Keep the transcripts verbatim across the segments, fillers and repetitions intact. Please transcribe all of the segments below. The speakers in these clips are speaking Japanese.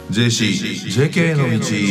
ジェーシージェーケー の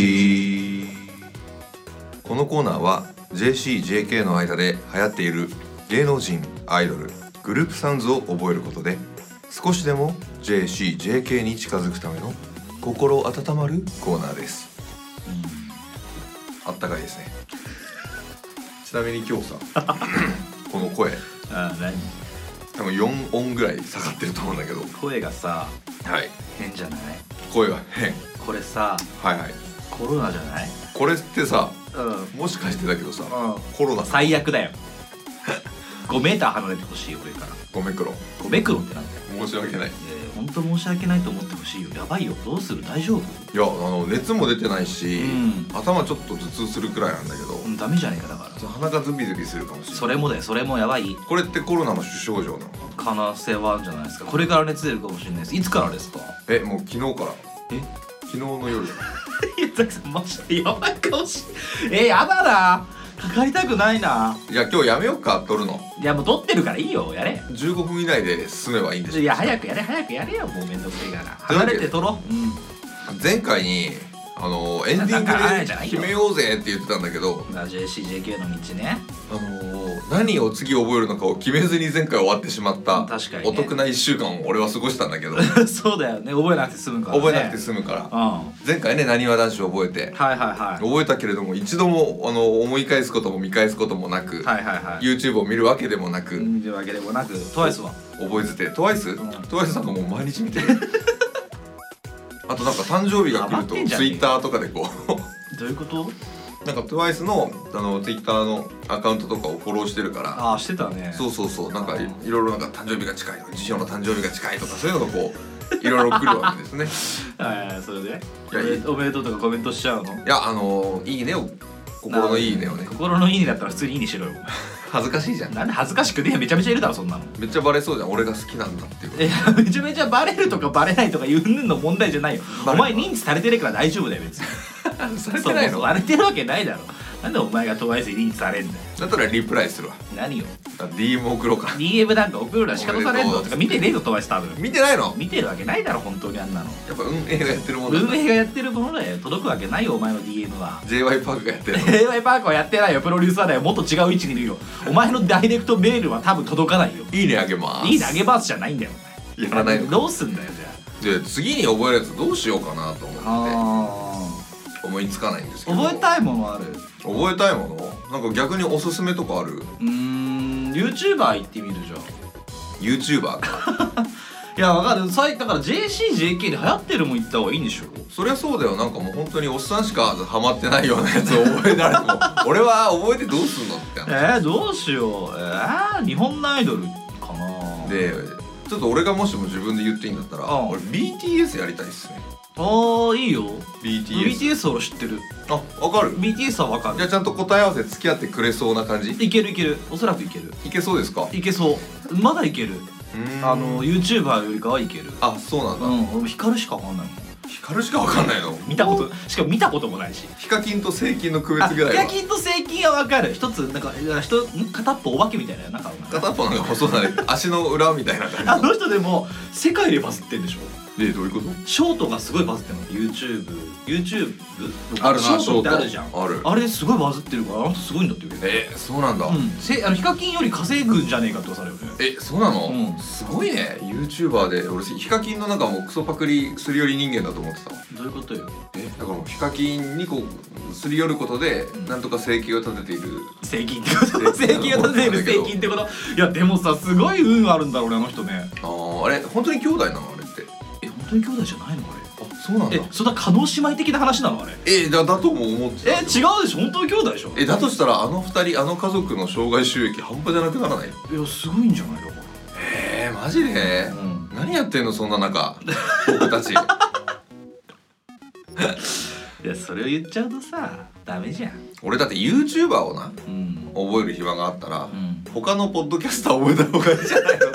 道。このコーナーは ジェーシージェーケー の間で流行っている芸能人、アイドル、グループサウンズを覚えることで少しでも ジェーシージェーケー に近づくための心温まるコーナーです。あったかいですね。ちなみに今日さこの声ああ、何？ 多分よんおんぐらい下がってると思うんだけど、 声がさ、 はい、 変じゃない？ 声が変。 これさ、 はいはい。 コロナじゃない？ これってさ、 うん、 もしかしてだけどさ、 うん、 コロナ最悪だよごメーター離れてほしいよ俺から。 ごめんクロごメクロってなんだよ。 申し訳ない。 ほんと申し訳ないと思ってほしいよ。やばいよ。どうする？大丈夫？ いや、あの熱も出てないし、 うん、 頭ちょっと頭痛するくらいなんだけど、 うん、ダメじゃねえか。だから鼻がズビズビするかもしれない。 それもだよ。それもやばい。 これってコロナの主症状なの？ 可能性はあるんじゃないですか。これから熱出るかもしれないです。いつからですか？ え、もう昨日から。 え昨日の夜。 いや、ザクさんマジでやばいかもしれない。え、やだな。かかりたくないな。 いや、今日やめようか、撮るの。 いや、もう撮ってるからいいよ。やれ。 じゅうごふん以内で進めばいいんでしょ。 いや、早くやれ早くやれよ。もうめんどくせえから離れて撮ろう。うん、 前回にあのエンディングで決めようぜって言ってたんだけど、 ジェーシージェーケー の道ね。 あの何を次覚えるのかを決めずに前回終わってしまった。 確かにね、 お得ないっしゅうかんを俺は過ごしたんだけどそうだよね。覚えなくて済むからね。 覚えなくて済むから、 うん、 前回ね、なにわ男子を覚えて、 はいはいはい、 覚えたけれども一度もあの思い返すことも見返すこともなく、 はいはいはい、 YouTube を見るわけでもなく、 見るわけでもなく、トワイスは覚えずて、トワイス、 うん、 トワイスさんがもう毎日見てるあとなんか誕生日が来ると Twitter とかでこうどういうこと？ なんか トワイス のあの Twitter のアカウントとかをフォローしてるから、 ああ、してたね。 そうそうそう、なんか い, いろいろなんか誕生日が近いとか、次女の誕生日が近いとか、そういうのがこういろいろ来るわけですねはい、それでいや、 おめでとうとかコメントしちゃうの？ いや、あのー、いいねを、心のいいねをね。 心のいいねだったら普通にいいねしろよ。 恥ずかしいじゃん。 なんで恥ずかしくねえ？めちゃめちゃいるだろそんなの。めっちゃバレそうじゃん、俺が好きなんだっていう。 いや、めちゃめちゃバレるとかバレないとかいうぬんの問題じゃないよ。お前認知されてるから大丈夫だよ別にされてないの？ そうそう、されてるわけないだろ。なんでお前がトワイスに認知されんだよ。 だったらリプライするわ。 何よ？ ディーエム 送ろうか。 ディーエム なんか送るな。仕方されんのとか見てねえぞトワイス多分。 見てないの？ 見てるわけないだろ本当にあんなの。 やっぱ運営がやってるものだ。 運営がやってるものだよ。届くわけないよお前の ディーエム は。 ジェイワイ パークがやってるの？ ジェイワイ パークはやってないよ。プロデューサーだよ。もっと違う位置にいるよ。お前のダイレクトメールは多分届かないよ。 いいねあげます。 いいねあげますじゃないんだよ。 やらないの？ どうすんだよじゃあ。 で次に覚えるやつどうしようかなと思ってあ思いつかないんですけど。 覚えたいものある？ 覚えたいものなんか逆におすすめとかある？ うーん、 YouTuber 行ってみるじゃん。 YouTuber かいや、わかる。さいだから ジェーシージェーケー で流行ってるもん行った方がいいんでしょ。 そりゃそうだよ。なんかもう本当におっさんしかハマってないようなやつを覚えられても俺は覚えてどうすんのってえー、どうしよう。えー、日本のアイドルかな。 で、ちょっと俺がもしも自分で言っていいんだったら、 うん、 俺 ビーティーエス やりたいっすね。 ああ、いいよ。 ビーティーエス。 ビーティーエス 俺知ってる。 あ、わかる？ ビーティーエス はわかる。 じゃあちゃんと答え合わせ付き合ってくれそうな感じ？ いけるいける。おそらくいける。 いけそうですか？ いけそう。まだいける。あの YouTuber よりかはいける。 あ、そうなんだ。 うん、俺光しかわかんないもん。 光しかわかんないの？ 見たこと、しかも見たこともないし。 ヒカキンとセイキンの区別ぐらいは。 ヒカキンとセイキンはわかる。一つなんか人片っぽお化けみたいななんか。 片っぽなんか細だね。足の裏みたいな感じ。 あの人でも世界でバズってんでしょ。 で、どういうこと？ ショートがすごいバズってるの。YouTube、YouTube あるな、 ショートってあるじゃん。 ある。 あれすごいバズってるからあの人すごいんだって言うけど。 えー、そうなんだ。 うん。せあのヒカキンより稼ぐんじゃねえかって言わされるよね。 え、そうなの？ うん。 すごいね。YouTuber で俺ヒカキンのなんかもうクソパクリすり寄り人間だと思ってたわ。 どういうことよ？ え、だからもうヒカキンにこうすり寄ることで、うん、なんとか生計を立てている。 生金ってこと？生金を立てている生金ってこと？いやでもさ、すごい運あるんだろうねあの人ね。 ああ、あれ本当に兄弟なのあれって？ え、本当に兄弟じゃないのあれ？ あ、そうなんだ。 え、そんな叶姉妹的な話なのあれ？ え、だだとも思ってた。 え、違うでしょ。本当に兄弟でしょ。 え、だとしたらあの二人、あの家族の生涯収益半端じゃなくならない？いや、すごいんじゃないの？ えー、マジで？うん、何やってんのそんな中僕たちいや、それを言っちゃうとさダメじゃん。 俺だって YouTuber をな、 うん、 覚える暇があったら、うん、他のポッドキャスター覚えた方がいいんじゃない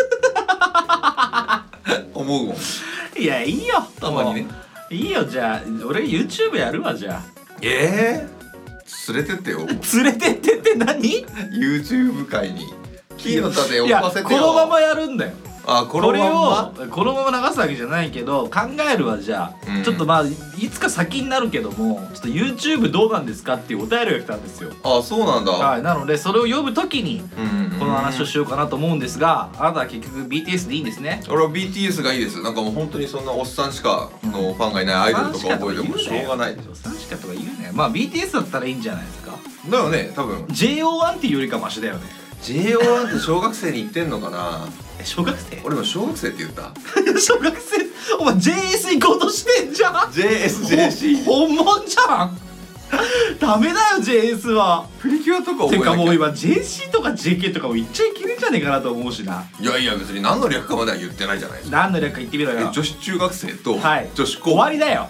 の思うもん。 いや、いいよたまにね。 いいよ。じゃあ俺 YouTube やるわ。じゃあえー、連れてってよ連れてってって何？ YouTube 界に木の盾を追わせてよ。 いや、このままやるんだよ。 あここれのまんをまこのまま流すわけじゃないけど考えるわじゃあ、 うんちょっとまあいつか先になるけどもちょっと YouTube どうなんですかっていうお便りが来たんですよ。 あそうなんだ、 はい、なのでそれを読むときにうんうん、 この話をしようかなと思うんですが、あなたは結局 ビーティーエス でいいんですね。 俺は ビーティーエス がいいです。なんかもう本当にそんなおっさんしかのファンがいないアイドルとか覚えてもしょうがないでしょ。 さんしかとか言うね。まあ ビーティーエス だったらいいんじゃないですか。 だよね多分ジェイオーワン っていうよりかマシだよね。 ジェイオーワン って小学生に言ってんのかな。 え小学生俺も小学生って言った小学生お前 ジェイエス 行こうとしてんじゃん。 ジェイエスジェイシーほ本物じゃんダメだよ ジェイエス は。 プリキュアとか覚てえなきゃ。 かもう今 ジェイシー とか ジェーケー とかも言っちゃいけないんじゃねえかなと思うしな。 いやいや別に何の略かまでは言ってないじゃないですか。 何の略か言ってみろよ。 え女子中学生とはい女子高終わりだよ。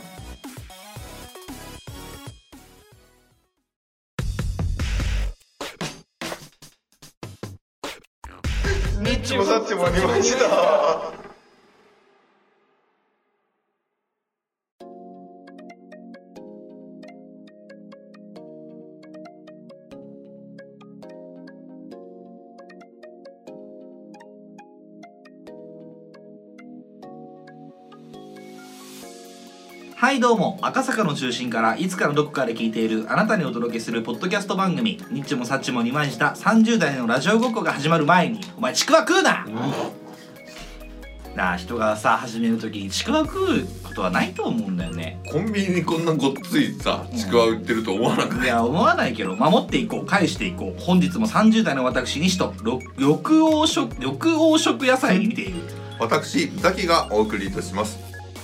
ニッチもサッチもありました。 はいどうも、赤坂の中心からいつかのどこかで聞いているあなたにお届けするポッドキャスト番組ニッチもサッチもにまんしたさんじゅう代のラジオごっこが始まる前にお前ちくわ食うな、うん、なあ人がさ始める時にちくわ食うことはないと思うんだよね。 コンビニにこんなごっついさちくわ売ってると思わなくない、 いや思わないけど守っていこう返していこう。本日もさんじゅう代の私西と緑黄色緑黄色野菜に見ている私ザキがお送りいたします。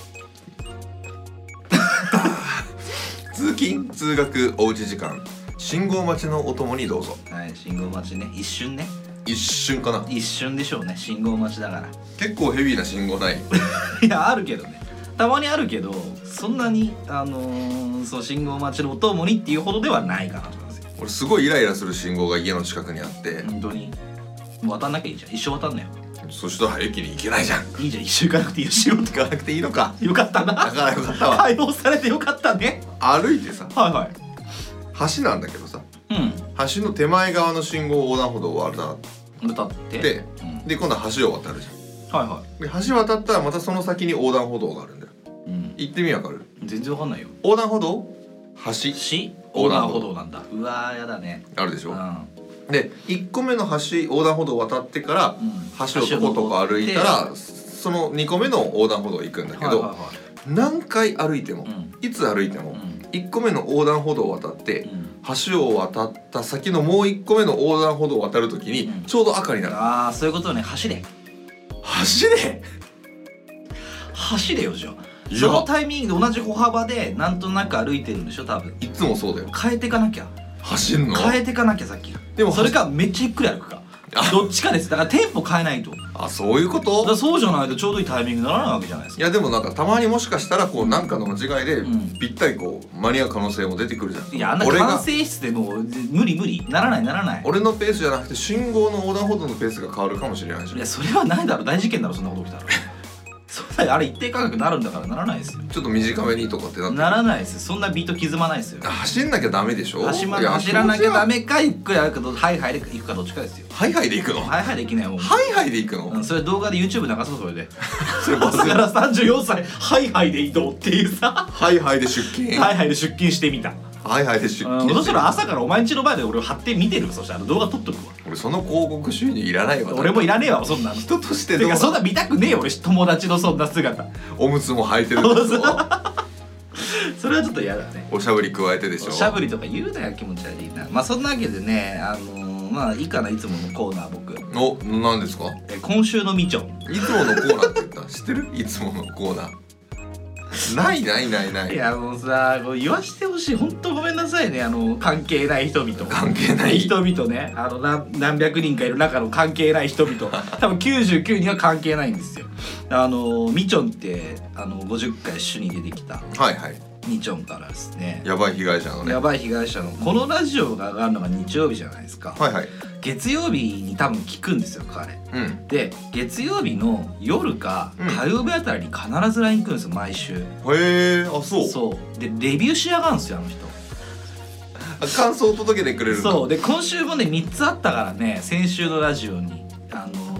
通勤通学おうち時間信号待ちのお供にどうぞ。 はい信号待ちね。一瞬ね一瞬かな。 一瞬でしょうね。信号待ちだから結構ヘビーな信号ないいやあるけどねたまにあるけどそんなにあのー、そう信号待ちのお供にっていうほどではないかなと思いますよ。 俺すごいイライラする信号が家の近くにあって、 本当にもう渡んなきゃいいじゃん。一生渡んなよ。 そしたら駅に行けないじゃん。 いいじゃん一周行かなくていいよ。仕事行かなくていいのか。 よかったな。 だからよかったわ。 解放されてよかったね。 歩いてさはいはい橋なんだけどさうん橋の手前側の信号横断歩道を渡っ歌ってて、 うん、 で今度は橋を渡るじゃん。 はいはで橋渡ったらまたその先に横断歩道があるんだよ。 い、うん、 行ってみわかる？ 全然わかんないよ。 横断歩道橋し横断歩道なんだ。うわーやだね。 あるでしょ。 うんでいっこめの橋横断歩道を渡ってからうん橋をとことこ歩いたらそのにこめの横断歩道行くんだけど、 はいはいはい何回歩いても、 うんいつ歩いても、 うんいっこめの横断歩道を渡ってうん橋を渡った先のもういっこめの横断歩道を渡るときにうんちょうど赤になる。 ああそういうことね。走れ走れ走れよじゃあ。 いやそのタイミングで同じ歩幅でなんとなく歩いてるんでしょ多分。 いつもそうだよ。 変えてかなきゃ走んの変えてかなきゃさっきでもそれかめっちゃゆっくり歩くかあどっちかです。だからテンポ変えないと。だかあそういうことらそうじゃないとちょうどいいタイミングにならないわけじゃないですか。 いやでもなんかたまにもしかしたらこうなんかの間違いでうんぴったりこう間に合う可能性も出てくるじゃん。 いやあんな俺が管制室でもう無理無理ならないならない。 俺のペースじゃなくて信号の横断歩道のペースが変わるかもしれないじゃん。 いやそれはないだろ。大事件だろそんなこと起きたらそうだよ。あれ一定価格になるんだからならないですよ。 ちょっと短めにとかってなってならないです。そんなビート刻まないですよ。 走んなきゃダメでしょ。 走,、ま、 いや走らなきゃダ気持ちメかゆっくり歩くかハイハイで行くかどっちかですよ。 はハイハイで行くの？ ハイハイできないよもう。 ハイハイで行くの？ うん、それ動画で YouTube 流そうそれでそれバズる朝からさんじゅうよんさいハイハイで移動っていうさハイハイで出勤。 ハイハイで出勤してみた。 ハイハイで出うん、 勤してそしたら朝からお前んちの前で俺を貼って見てる。そしたら動画撮っとくわ。 俺その広告収入いらないわ。 俺もいらねえわそんなの。 人としてどうてかそんな見たくねえよ俺友達のそんな姿おむつも履いてるんですよ。 それはちょっと嫌だね。 おしゃぶり加えてでしょ。 おしゃぶりとか言うなよ気持ち悪いな。まあそんなわけでねあのー、まあいいかないつものコーナー僕お何ですか？ え今週のみちょん。 いつものコーナーって言った知ってる？いつものコーナーないないないないいやもうさこう言わしてほしい。本当ごめんなさいねあの関係ない人々 関係ない人々ねあの何何百人かいる中の関係ない人々多分きゅうじゅうきゅうにんは関係ないんですよ。あのみちょんってあのごじゅっかい主に出てきたはいはいみちょんからですねやばい被害者のねやばい被害者のこのラジオが上がるのが日曜日じゃないですか。 はいはい月曜日に多分聞くんですよ彼うんで月曜日の夜かうん火曜日あたりに必ず ライン 来るんですよ毎週。 へえあそうそうでレビューしやがるんですよあの人。 あ感想を届けてくれるんだ。 そうで今週もねみっつあったからね先週のラジオにあの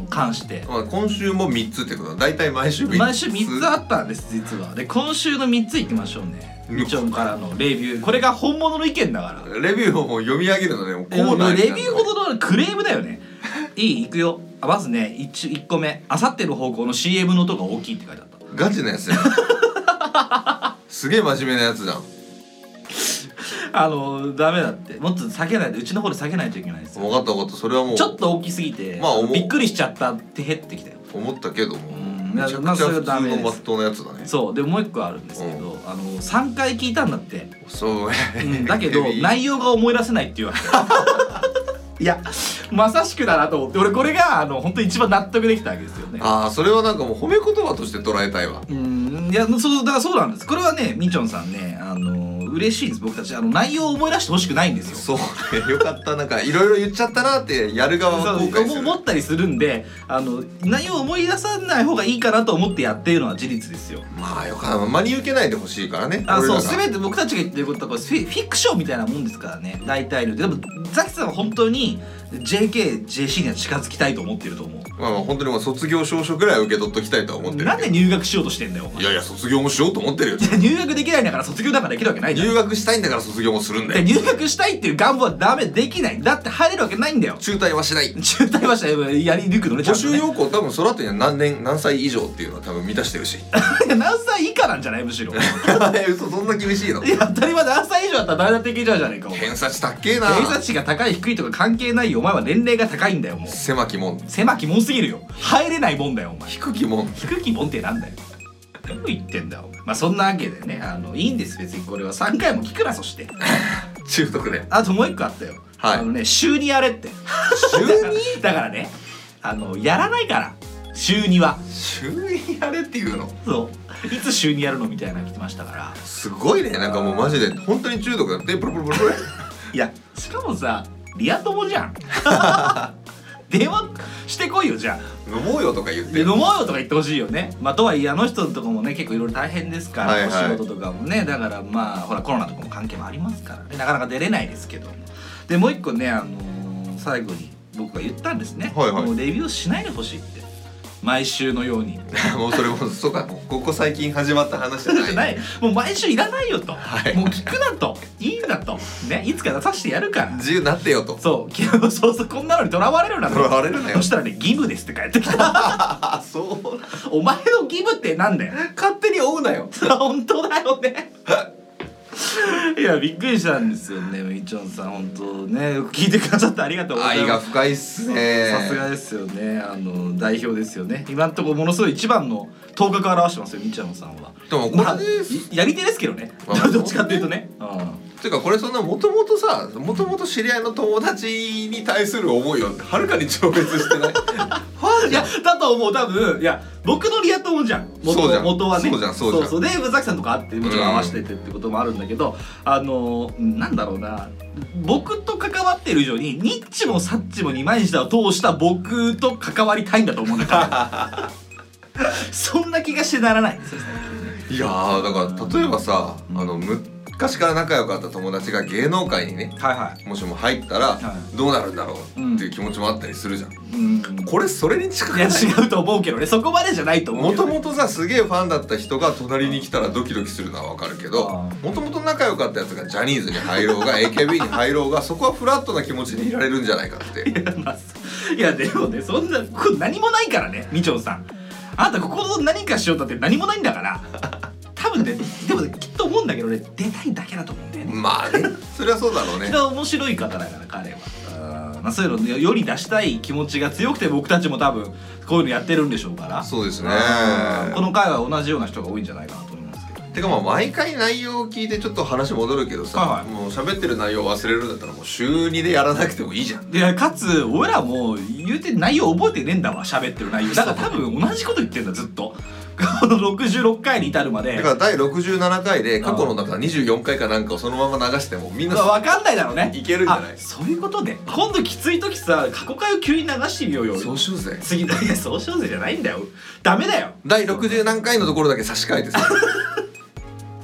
関して、 まあ、今週もみっつってことだ。大体毎週みっつ毎週みっつあったんです実は。で今週のみっついきましょうね。みちょんからのレビュー、これが本物の意見だから。 レビューをもう読み上げるのでもうコーナーにレビューほどのクレームだよね。いい、いくよ。まずね 1, 1個目、あさっての方向の シーエム の音が大きいって書いてあった。 ガチなやつやすげえ真面目なやつじゃん。 あのダメだって、もっと下げないと、うちの方で下げないといけないですよ。 分かった分かった、それはもうちょっと大きすぎて、まあ、びっくりしちゃったって減ってきたよ。 思ったけども、 うん、 めちゃくちゃ普通のまっとうなやつだね。 そうでもう一個あるんですけど、うん、あのさんかい聞いたんだって。 そう、 うん、だけど内容が思い出せないっていうわけいやまさしくだなと思って、俺これがあの本当に一番納得できたわけですよね。 ああ、それはなんかもう褒め言葉として捉えたいわ。 うん、いやそうだからそうなんです。これはねみちょんさんね、あの嬉しいです。僕たちあの内容を思い出してほしくないんですよ。 そうね、よかった。なんかいろいろ言っちゃったなってやる側は後悔する。 思ったりするんで、あの内容を思い出さない方がいいかなと思ってやっているのは事実ですよ。 まあよかった。真に受けないでほしいからね。 あ、そう、全て僕たちが言ってることはこれフィフィクションみたいなもんですからね、大体の。でもザキさんは本当に ジェーケー、ジェーシー には近づきたいと思ってると思う。 まあまあ本当にもう卒業証書ぐらいは受け取っときたいとは思ってる。 なんで入学しようとしてんだよ。 いやいや、卒業もしようと思ってるよ。 いや入学できないんだから卒業なんかできるわけないじゃん。 入学したいんだから卒業もするんだよ。 入学したいっていう願望はダメ、できない。だって入れるわけないんだよ。 中退はしない。 中退はしない。やり抜くのね。 募集要項多分その後には何年何歳以上っていうのは多分満たしてるしいや何歳以下なんじゃないむしろ嘘、そんな厳しいの？ いや当たり前何歳以上だったら誰だっていけちゃうじゃねえか。 偏差値高えな。 偏差値が高い低いとか関係ないよ。お前は年齢が高いんだよ。もう狭きもん。 狭きもんすぎるよ。入れないもんだよお前。 低きもん。 低きもんってなんだよ。何言ってんだよ。まあそんなわけでね、あのいいんです別に。これはさんかいも聞くな。そして中毒で。 あともう一個あったよ。はい、あのね週にやれって。 週にだからね、あのやらないから週には。 週にやれっていうの？ そう。いつ週にやるのみたいなの来てましたから。 すごいね。なんかもうマジで本当に中毒だって。プルプルプルプルいやしかもさリア友じゃん電話してこいよ。じゃあ飲もうよとか言って飲もうよとか言ってほしいよね。まあとはいえあの人とかもね結構いろいろ大変ですから、はいはい、お仕事とかもね。だからまあほらコロナとかも関係もありますからね、なかなか出れないですけど。でもう一個ね、あのー、最後に僕が言ったんですね、はいはい、もうレビューしないでほしいって、毎週のようにもうそれもそうか、ここ最近始まった話じゃないないもう毎週いらないよと、はい、もう聞くなと、いいんだとね、いつか出させてやるから自由になってよと。 そうそうそう、こんなのにとらわれるなと。 とらわれるなよ。 そしたらね、義務ですって帰ってきたそうお前の義務ってなんだよ勝手に追うなよ本当だよねいやびっくりしたんですよね。みちょんさん本当ね、よく聞いてくださってありがとうございます。 愛が深いっすね。 さすがですよね。あの代表ですよね。今んところものすごい一番の頭角を表してますよ、みちょんさんは。 でもこれ、まあ、 やり手ですけどね、まあ、どっちかっていうとね。うんてかこれそんなもともとさ、もともと知り合いの友達に対する思いをはるかに超越してないいやだと思う。多分いや僕のリア友じゃん。元そうじゃん元はね。 そうじゃんそうじゃん。 そうそうで宇崎さんとかあってもちろん合わせててってこともあるんだけど、あのなんだろうな、僕と関わってる以上にニッチもサッチも二枚舌を通した僕と関わりたいんだと思うんだからそんな気がしてならないんですよ。 いやーだから例えばさ、うん、あの昔から仲良かった友達が芸能界にね、はいはい、もしも入ったらどうなるんだろうっていう気持ちもあったりするじゃん、うん、これそれに近くない？いや違うと思うけどね、そこまでじゃないと思うけど、 もともとさすげえファンだった人が隣に来たらドキドキするのはわかるけど、もともと仲良かったやつがジャニーズに入ろうが エーケービー に入ろうがそこはフラットな気持ちでいられるんじゃないかって。 いや、まあ、いやでもね、そんなこ何もないからね、みちょんさん。あんたここ何かしようだって何もないんだから多分ね、でもね、きっと思うんだけどね、出たいだけだと思うんだよね。 まあね、それはそうだろうね。 面白い方だから彼は。あ、まあ、そういうの世に出したい気持ちが強くて僕たちも多分こういうのやってるんでしょうから。 そうですね。 この回は同じような人が多いんじゃないかなと思いますけど。 てかまあ毎回内容を聞いてちょっと話戻るけどさ、はいはい、もう喋ってる内容忘れるんだったらもう週にでやらなくてもいいじゃん。 でかつ俺らも言うて内容覚えてねえんだわ、喋ってる内容だから多分同じこと言ってんだずっとこのろくじゅうろっかいに至るまで。 だからだいろくじゅうななかいで過去の中にじゅうよんかいかなんかをそのまま流してもみんな分かんないだろうね。 いけるんじゃない？ そういうことで今度きつい時さ、過去回を急に流してみようよ。 そうしようぜ。 次のいやそうしようぜじゃないんだよ、ダメだよ。 だいろくじゅう何回のところだけ差し替えてさいやさす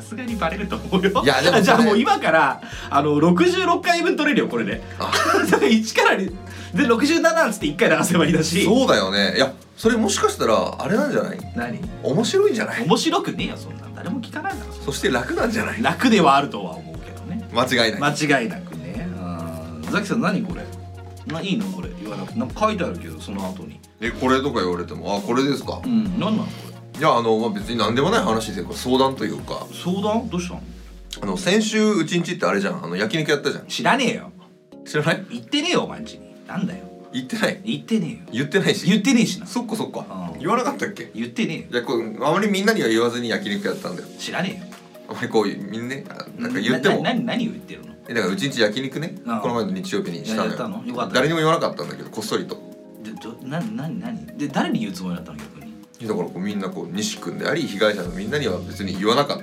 すがにバレると思うよ。 いやでもじゃあもう今からあのろくじゅうろっかいぶん取れるよこれで。だからいちからでろくじゅうななっつっていっかい流せばいいだし。 そうだよね。いやそれもしかしたらあれなんじゃない？ 何？ 面白いんじゃない？ 面白くねえよそんなん誰も聞かないだろ。 そして楽なんじゃない？ 楽ではあるとは思うけどね。 間違いない。 間違いなくね。うん。ザキさん何これ？ないいのこれ言わなくてなんか書いてあるけどその後に。 えこれとか言われてもあこれですか？ うん。何なのこれ？ いやあの、まあ、別に何でもない話で相談というか。 相談？どうしたの？ あの先週うちんちってあれじゃんあの焼肉やったじゃん。 知らねえよ。 知らない？ 言ってねえよお前んちに。なんだよ。 言ってない？ 言ってねえよ。 言ってないし。 言ってねえしな。 そっかそっか、 うん、 言わなかったっけ？ 言ってねえよ。 いやこうあまりみんなには言わずに焼肉やったんだよ。 知らねえよ。 あまりこうみんなねなんか言ってもなな何を言ってるの？ えだからうちんち焼肉ね、 うん、 この前の日曜日にしたのよ。 やったの？よかった。 誰にも言わなかったんだけどこっそりと。 でどなな何で誰に言うつもりだったの逆に？ だからこうみんなこう西君であり被害者のみんなには別に言わなかった。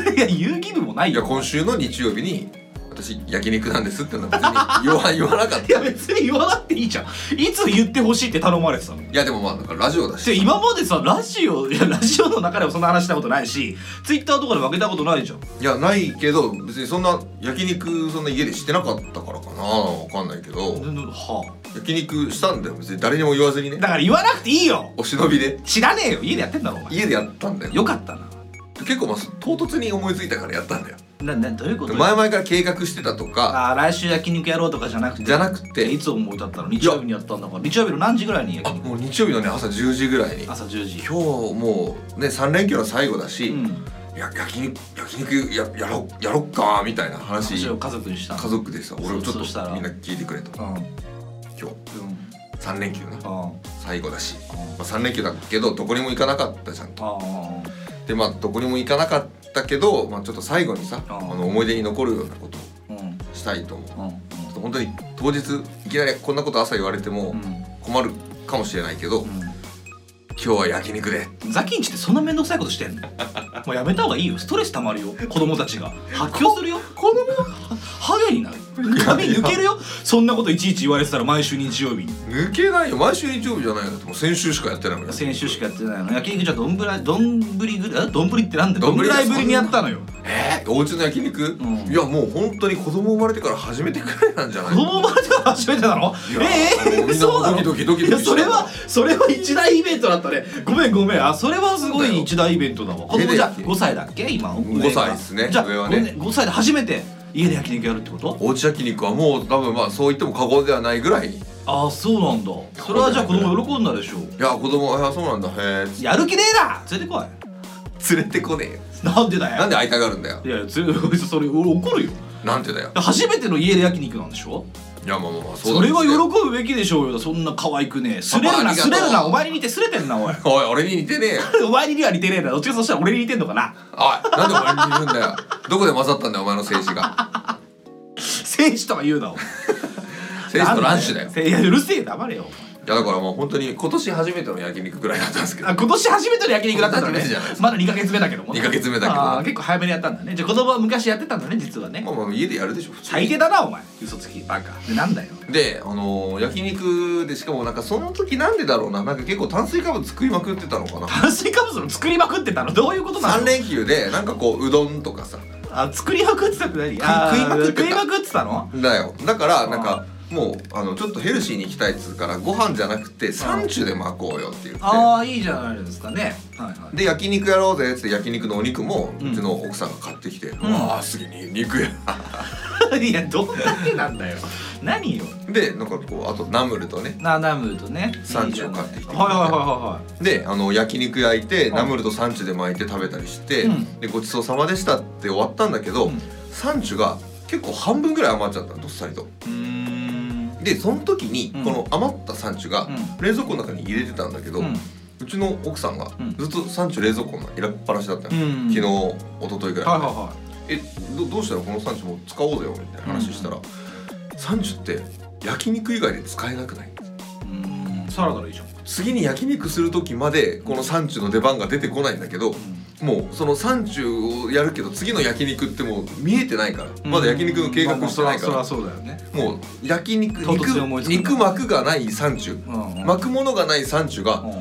いや言う義務もないよ。 いや今週の日曜日に私焼肉なんですってのは別に言わ言わなかった。 いや別に言わなくていいじゃん。いつ言ってほしいって頼まれてたの？ いやでもまあだからラジオだし。 で今までさラジオいやラジオの中でもそんな話したことないし、ツイッターとかで負けたことないじゃん。 いやないけど別にそんな焼肉そんな家でしてなかったからかなわかんないけど。 はあ、 焼肉したんだよ別に誰にも言わずにね。 だから言わなくていいよ。 お忍びで。 知らねえよ家でやってんだろお前。 家でやったんだよ。 よかったな。 結構まあ唐突に思いついたからやったんだよ。 ななどういうこと？ 前々から計画してたとか。 あ来週焼肉やろうとかじゃなくてじゃなくていつ思い立ったの？日曜日にやったんだから。日曜日の何時ぐらいに焼あ肉？ もう日曜日のね朝じゅうじぐらいに。 朝じゅうじ。 今日もうねさん連休の最後だし、 うん、 いや焼肉焼肉ややろやろっかみたいな話。 話を家族にした。 家族でさ俺をちょっとそしたらみんな聞いてくれと。 うん、 今日うん、 さん連休なあ最後だし、 あまあ、さん連休だけどどこにも行かなかったじゃんと。 あでまあどこにも行かなかったけど、まあ、ちょっと最後にさああの思い出に残るようなことをうんうんしたいと思う。ちうんょっと本当に当日いきなりこんなこと朝言われてもうん困るかもしれないけど、 うん今日は焼肉で。 ザキンチってそんな面倒くさいことしてんの？もうやめた方がいいよ。ストレス溜まるよ。子供たちが発狂するよ。子供がハゲになる。髪抜けるよ。そんなこといちいち言われてたら毎週日曜日に。 抜けないよ毎週日曜日じゃないの。もう先週しかやってないもん。 先週しかやってないの。焼肉じゃどんぶらどんぶりぐらいどんぶりってなんだよ。どんぐらいぶりにやったのよ。 えー、お家の焼肉、 うん、 いやもう本当に子供生まれてから初めてくらいなんじゃない？ 子供生まれてから初めてなの？ええー、そうなの？ ドキドキドキドキいやそれはそれは一大イベントだったね。ごめんごめん。あそれはすごい一大イベントだわ。子供じゃごさいだっけ今？ ごさいですね。 じゃあ上はねごさいで初めて家で焼肉やるってこと？ おうち焼肉はもう多分まあそう言っても過言ではないぐらい。 ああそうなんだ。それはじゃあ子供喜んだでしょう。 いや子供あそうなんだへえ。 やる気ねえな連れてこい。 連れてこねえよ。 なんでだよ。 なんで会いたがるんだよ。 いやいやそれ俺怒るよ。 なんでだよ。 初めての家で焼肉なんでしょ。 いやまあまあまあそれは喜ぶべきでしょうよ。そんな可愛くねえ。すれるなすれるな。お前に似てすれてんなおい。 おい俺に似てねえよ。 お前には似てねえな。どっちかそしたら俺に似てんのかな。 おいなんでお前に似てるんだよ。どこで混ざったんだよお前の精子が。 精子とか言うなお前。 精子と卵子だよ。 いやうるせえ黙れよ。 いやだからもう本当に今年初めての焼肉ぐらいだったんですけど。 あ今年初めての焼肉だったんだね。まだにかげつめだけども。 にかげつめだけど。 あ結構早めにやったんだね。じゃあ子供は昔やってたんだね実はね。 まあまあ家でやるでしょ普通。 最低だなお前。嘘つきバカ。でなんだよ。 であのー、焼肉でしかもなんかその時なんでだろうななんか結構炭水化物作りまくってたのかな。 炭水化物の作りまくってたのどういうことなの？ さん連休でなんかこううどんとかさあ作りまくってたって何？ 食いまくってた食いまくってたの？ だよ。だからなんかもうあのちょっとヘルシーに行きたいっつうからご飯じゃなくてサンチュで巻こうよって言って。 ああいいじゃないですかね。はいはい。 で焼肉やろうぜっつって焼肉のお肉もうんうちの奥さんが買ってきて、 んうわーすげえ肉やいやどんだけなんだよ。何よ。 でなんかこうあとナムルとねなナムルとねサンチュを買ってきてくれて、 はいはいはいはであの焼肉焼いてうんナムルとサンチュで巻いて食べたりして、 うんでごちそうさまでしたって終わったんだけど、 うんサンチュが結構半分ぐらい余っちゃったのどっさりと。 い。うーん。 でその時にうんこの余ったサンチュがうん冷蔵庫の中に入れてたんだけど、 ううんちの奥さんがうんずっとサンチュ冷蔵庫の入れっぱなしだったの、 うん昨日一昨日ぐらいまで、 はいはいはえどどうしたらこのサンチュもう使おうぜよみたいな話したら、サンチュって焼肉以外で使えなくない？ い。うーんサラダでいいじゃん。 次に焼肉する時までこのサンチュの出番が出てこないんだけど、もうそのサンチュをやるけど次の焼肉ってもう見えてないから、まだ焼肉の計画してないから、 まあまあそりゃそうだよね。 もう焼肉唐突に思い肉つくんだ肉膜がないサンチュ、 うんうん巻くものがないサンチュがうん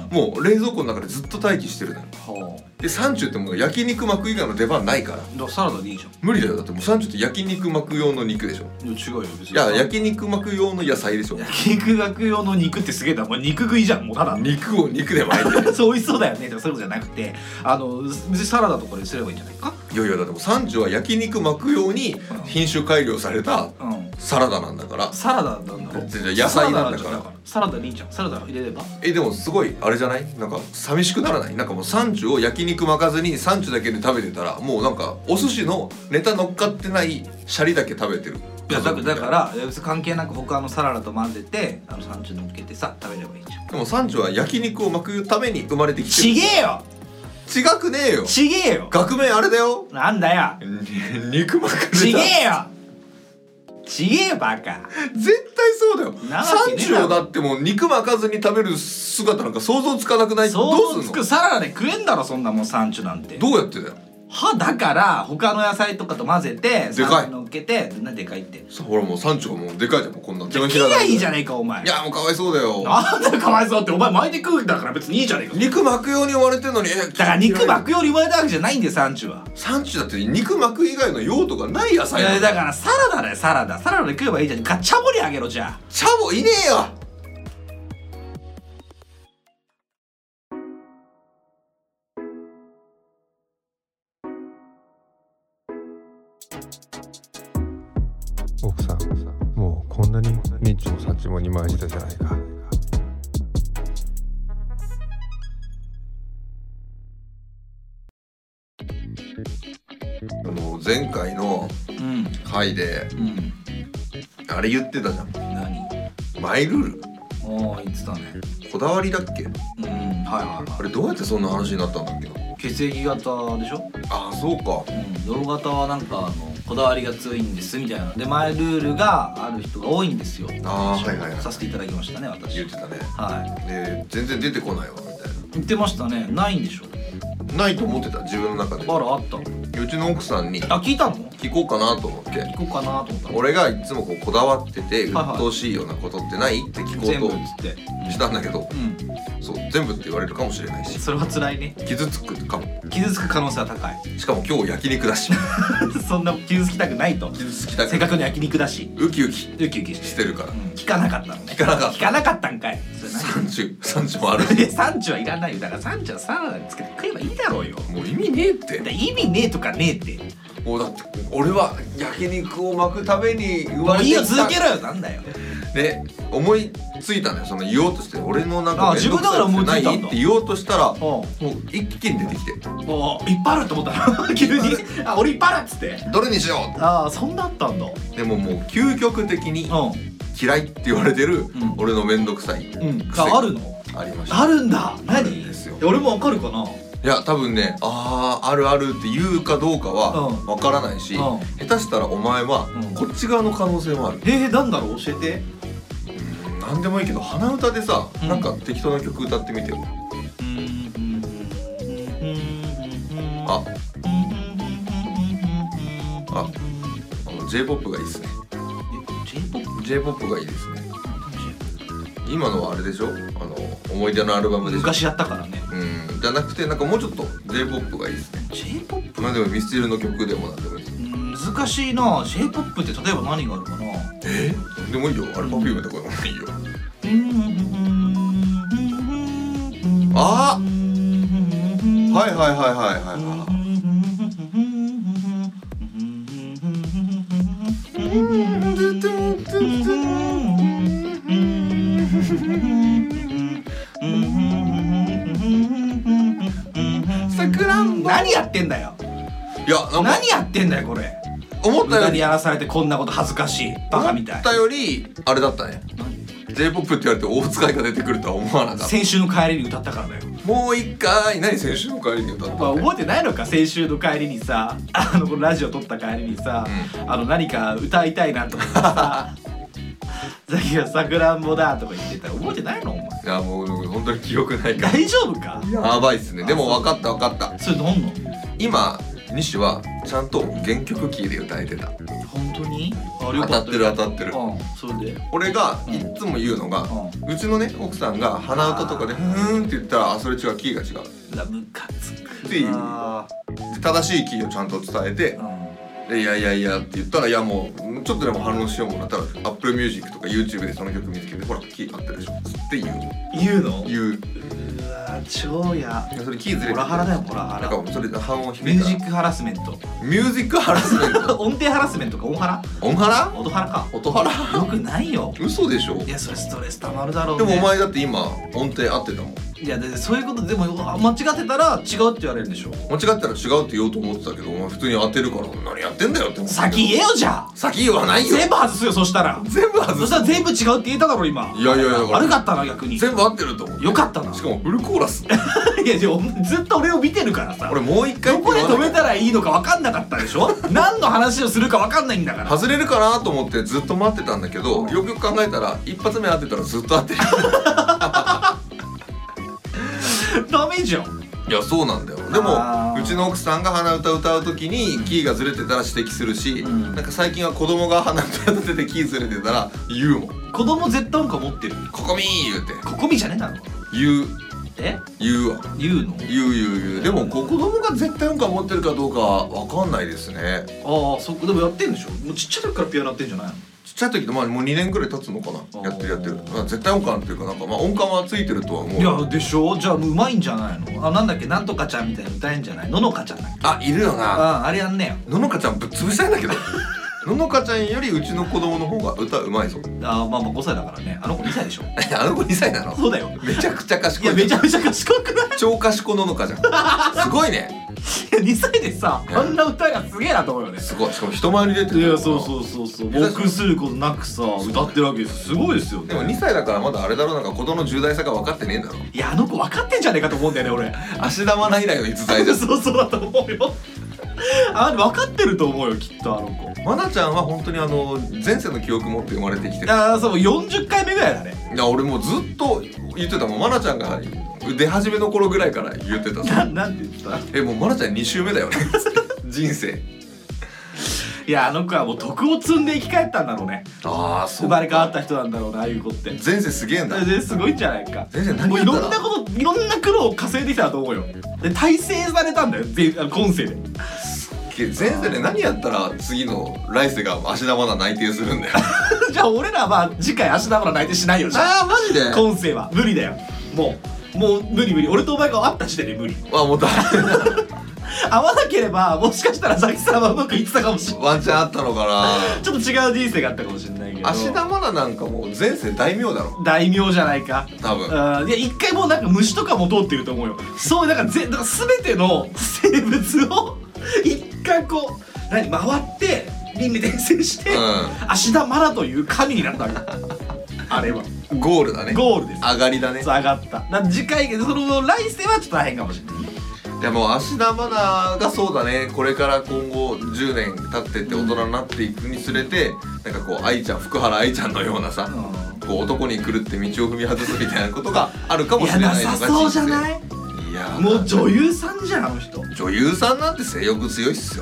もう冷蔵庫の中でずっと待機してるのよ。 はでサンチュってもう焼肉巻く以外の出番ないからあ、だからサラダでいいじゃん。 無理だよ。だってもうサンチュって焼肉巻く用の肉でしょ。 いや違うよ別に。 いや焼肉巻く用の野菜でしょ。 焼肉巻く用の肉ってすげえな。もう肉食いじゃんもうただ。 肉を肉で巻いてそう美味しそうだよねとかそういうことじゃなくて、あの別にサラダとかですればいいんじゃないか。 いやいやだってもうサンチュは焼肉巻く用に品種改良されたうんサラダなんだから。 サラダなんだろう。 じゃあ野菜なんだから。 サラダでいいじゃん。サラダ入れれば。 えでもすごいあれじゃない？なんか寂しくならない？なんかもうサンチュを焼肉巻かずにサンチュだけで食べてたらもうなんかお寿司のネタ乗っかってないシャリだけ食べてる。 いやだだから別に関係なく他のサラダと混ぜてあのサンチュ乗っけてさ食べればいいじゃん。 でもサンチュは焼肉を巻くために生まれてきてる。 ちげえよ。 違くねえよ。 ちげえよ。 学名あれだよ。 なんだよ。 肉巻くネタ。 ちげえよ。ちげえよバカ。 絶対そうだよ。 なわサけねえだろンチュをだってもう肉巻かずに食べる姿なんか想像つかなくない？ど想像つうすんの？ くサラダで食えんだろそんなもんサンチュなんて。 どうやってだよ。 はだから他の野菜とかと混ぜてでかいサンチュ乗っけてなんでかいってさほらもうサンチュがもうでかいじゃんもうこんな手の切ひらだりゃいいじゃねえかお前。 いやもうかわいそうだよ。 なんだかわいそうってお前巻いて食うんだから別にいいじゃねえか。 肉巻くように生まれてるのに。 だから肉巻くように生まれたわけじゃないんだよサンチュは。 サンチュだって肉巻く以外の用途がない野菜いなんやだからサラダだよサラダサラダで食えばいいじゃん。ガッチャボリあげろじゃあ。 チャボいねえよ。 奥さんもうこんなにニッチもサッチも二枚舌じゃないか。 あの前回のうん回でうんあれ言ってたじゃん。 何。 マイルールおー言ってたね。 こだわりだっけ？ うんはいはいはあれどうやってそんな話になったんだっけな。 い。血液型でしょ。 ああそうか。 うん同型はなんかあのこだわりが強いんですみたいなでマイルールがある人が多いんですよ。 あーはいはいはいさせていただきましたね私。 言ってたね。 はいで全然出てこないわみたい言ってましたね。ないんでしょ。 な。ないと思ってた自分の中で。 あらあったの。 うちの奥さんにあ聞いたの。 聞こうかなと思って。 行こうかなと思ったの。 俺がいつもこうこだわってて鬱はいはい陶しいようなことってないって聞全部っこつってうとしたんだけど、 うんそう全部って言われるかもしれないしそれは辛いね。 傷つくかも。 傷つく可能性は高い。 しかも今日焼肉だしそんな傷つきたくないと。 傷つきたくせっかくの焼肉だしウキウキウキウキしてしてるから。 うん聞かなかったのね。 聞かなかった聞かなかったんかい。それ何。 サンチュサンチュもあるでしサンチュはいらないよ。だからサンチュはサラダにつけて食えばいいだろうよ。 もう意味ねえって。 だ意味ねえとかねえって。 もうだって俺は焼肉を巻くために言もういいよわれてきた続けろよなんだよ。 で思いついたのよ。その言おうとして俺のなんあか面倒くさいってない自分だから思いついたんだって言おうとしたらおもう一気に出てきておいっぱいあると思ったの急にあ俺いっぱいあるっつって。 どれにしよああそんなあったんだ。 う。でももう究極的にう嫌いって言われてるん俺の面倒くさいんうん癖ああるの。 ありました。 あるんだ。 ある何んですよ。 俺もわかるかな。 いや多分ねあーあるあるって言うかどうかはうんわからないし、 うん下手したらお前はうんこっち側の可能性もある。 えー、なんだろう教えて。 うんなんでもいいけど鼻歌でさ、 うんなんか適当な曲歌ってみてよ。あああの J-ポップ がいいですね。 J-ポップ J-ポップ がいいですね。今のはあれでしょ、あの思い出のアルバムでしょ。 昔やったからね。 うんじゃなくてなんかもうちょっと J-ポップ がいいですね。 J-ポップまあでもミスチルの曲でもなんでもいいです。 難しいな。 J-ポップって例えば何があるかな。 えなんでもいいよ。アルパフュームとかでもいいよ。あーはいはいはいはいはいはいさくらんぼ。 何やってんだよ。 いやなんか何やってんだよこれ。 思ったより無駄にやらされてこんなこと恥ずかしいバカみたい思ったよりあれだったね。 J-ポップ って言われて大使いが出てくるとは思わなかった。 先週の帰りに歌ったからだよ。 もう一回何先週の帰りに歌ったまあ、 って。 覚えてないのか。先週の帰りにさあのこのラジオ撮った帰りにさ、 うあの何か歌いたいなと思ってさザキがさくらんぼだとか言ってたら覚えてないのお前。 いやもう本当に記憶ないから大丈夫か。 やばいっすね。でも分かった分かった。 それなんの。 今西はちゃんと原曲キーで歌えてた。 本当に？あ当たってる当たってる。 うんそれで俺がいっつも言うのが、 ううちのね奥さんが鼻歌とかでふーんって言ったら、あそれ違う、キーが違ううわムカつくっていうなで正しいキーをちゃんと伝えて、 うんでいやいやいやって言ったら、いやもうちょっとでも反応しようもんなったら Apple Music とか YouTube でその曲見つけて、ほらキー合ってるでしょって言う言うの？ 言ううわ超やいやそれキーずれてモラハラだよモラハラ。 なんかそれで半音低ミューいからジックハラスメントミュージックハラスメント音程ハラスメントか音ハラ音ハラ音ハラか音ハラよくないよ。 嘘でしょ。 いやそれストレスたまるだろうでね。 もお前だって今音程合ってたもん。 いやでそういうことでも間違ってたら違うって言われるんでしょ。 間違ったら違うって言おうと思ってたけど、お前普通に当てるから何やってんだよって思って。 先言えよじゃあ。 先言わないよ。 全部外すよそしたら。 全部外す。 そしたら全部違うって言えただろ今。 いやいやいや悪かったな逆に。 全部合ってると思う。 よかったな。 しかもフルコーラス。 いやじゃあずっと俺を見てるからさ。 俺もう一回どこで止めたらいいのか分かんなかったでしょ。何の話をするか分かんないんだから外れるかなと思ってずっと待ってたんだけど、よくよく考えたら一発目当てたらずっと当てる。 ダメじゃん。 いやそうなんだよ。であーもうちの奥さんが鼻歌歌う時にキーがずれてたら指摘するし、 うんなんか最近は子供が鼻歌歌っててキーずれてたら言うもん。 子供絶対音感持ってる。 ここみー言うてここみじゃねえだろ。 言うえ言うわ言うの？ 言う言う言う。でもこ子供が絶対音感持ってるかどうかは分かんないですね。 ああそっかでもやってんでしょ。もうちっちゃい時からピアノやってんじゃないの？ ちっちゃい時とまあもうにねんぐらい経つのかな。やってるやってる、まあ、絶対音感っていうかなんかまあ音感はついてるとは思う。 いやでしょ。じゃあもううまいんじゃないの。あなんだっけなんとかちゃんみたいな歌えんじゃない。ののかちゃんだっけ。 あいるよな。 ああれやんねよ。 ののかちゃんぶっ潰したいんだけど。ののかちゃんよりうちの子供の方が歌うまいぞ。 あまあまあごさいだからね。あの子にさいでしょ。 あの子にさいなの。 そうだよ。 めちゃくちゃ賢い。 いやめちゃめちゃ賢くない？ 超賢ののかじゃん。すごいね。 いやにさいでさあんな歌がすげえなと思うよね。 すごい。しかも人前に出てる。 いやそうそうそうそう僕することなくさ歌ってるわけです。すごいですよね。 でもにさいだからまだあれだろう、なんかことの重大さが分かってねえんだろ。 いやあの子分かってんじゃねえかと思うんだよね芦田愛菜以来の逸材じゃ俺。 ん。 そうそうだと思うよ。あ分かってると思うよきっとあの子。 愛菜ちゃんは本当にあの前世の記憶持って生まれてきてる。 ああそうよんじゅっかいめぐらいだね。 いや俺もうずっと言ってたもん。愛菜ちゃんが出始めの頃ぐらいから言ってたななんて言ってた？ えもう愛菜ちゃんに週目だよね。人生。 いやあの子はもう徳を積んで生き返ったんだろうね。 ああそう生まれ変わった人なんだろうなああいう子って。 前世すげえんだ。 ですごいんじゃないか。 前世何もういやったらろんなこといろんな苦労を稼いできたと思うよ。で大成されたんだよぜあの今世で。 前世で何やったら次の来世が芦田愛菜内定するんだよ。 じゃあ俺らは次回芦田愛菜内定しないよじゃあ。 ああマジで。 今世は無理だよ。もうもう無理無理。俺とお前が会った時点で無理。 あもうダメだ。 会わなければもしかしたらザキさんはうまくいってたかもしれない。 ワンチャンあったのかな。 ちょっと違う人生があったかもしれないけど。 芦田愛菜なんかもう前世大名だろ大名じゃないか。 多分。 うんいや一回もうなんか虫とかも通ってると思うよ。そうだからぜだから全ての生物を一回こう何回って輪廻転生して、 う芦田愛菜という神になったわけ。あれはんゴールだね。 ゴールです。 上がりだね。 そう上がった。だから次回その来世はちょっと大変かもしれない。 でも芦田愛菜がそうだね。これから今後じゅうねん経ってって大人になっていくにつれて、なんかこう愛ちゃん福原愛ちゃんのようなさ、 うこう男に狂って道を踏み外すみたいなことがあるかもしんいやれないのがなさそうじゃ人生。 ない？ いやもう女優さんじゃんあの人。 女優さんなんて性欲強いっすよ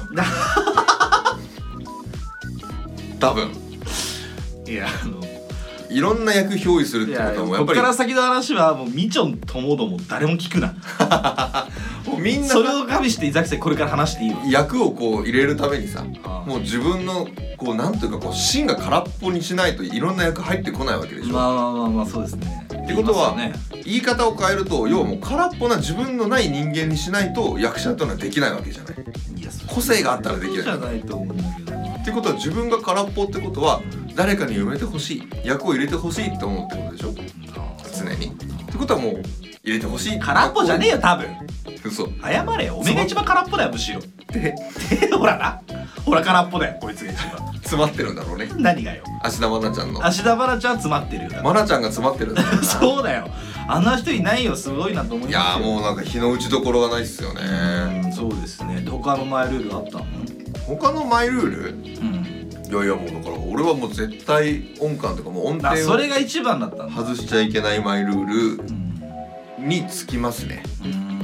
多分。 いやあのいろんな役憑依するっいやてことはもうやこっっぱりから先の話はもうみちょんともども誰も聞くな。 もうみんなそれを加味して伊崎さんこれから話していいわ。 役をこう入れるためにさ、 ああもう自分のこうなんていうかこう芯が空っぽにしないといろんな役入ってこないわけでしょ。 まあまあまあまあそうですね。 ってことは、 言いますよね。 言い方を変えると要はもう空っぽな自分のない人間にしないと役者というのはできないわけじゃない。 いやそ個性があったらできないそうじゃないと思うんだけど。 ってことは自分が空っぽってことは誰かに埋めてほしい役を入れてほしいって思うってことでしょ常に。ってことはもう入れてほしい。 空っぽじゃねえよ多分。 嘘。 謝れよ。おめえが一番空っぽだよむしろ。 でほらな。ほら空っぽだよこいつが一番。 詰まってるんだろうね。 何がよ。 芦田愛菜ちゃんの。 芦田愛菜ちゃんは詰まってるよ。 愛菜ちゃんが詰まってるんだろうな。 そうだよ。あんな人いないよ。すごいなと思いいますよ。 やーもうなんか日の打ちどころがないっすよね。 うんそうですね。で他のマイルールあったの？ 他のマイルール、 うん。 いやいやもうだから俺はもう絶対音感とかもう音程あそれをが一番だったんだ。 外しちゃいけないマイルーうん。 ルにつきますね。 うーん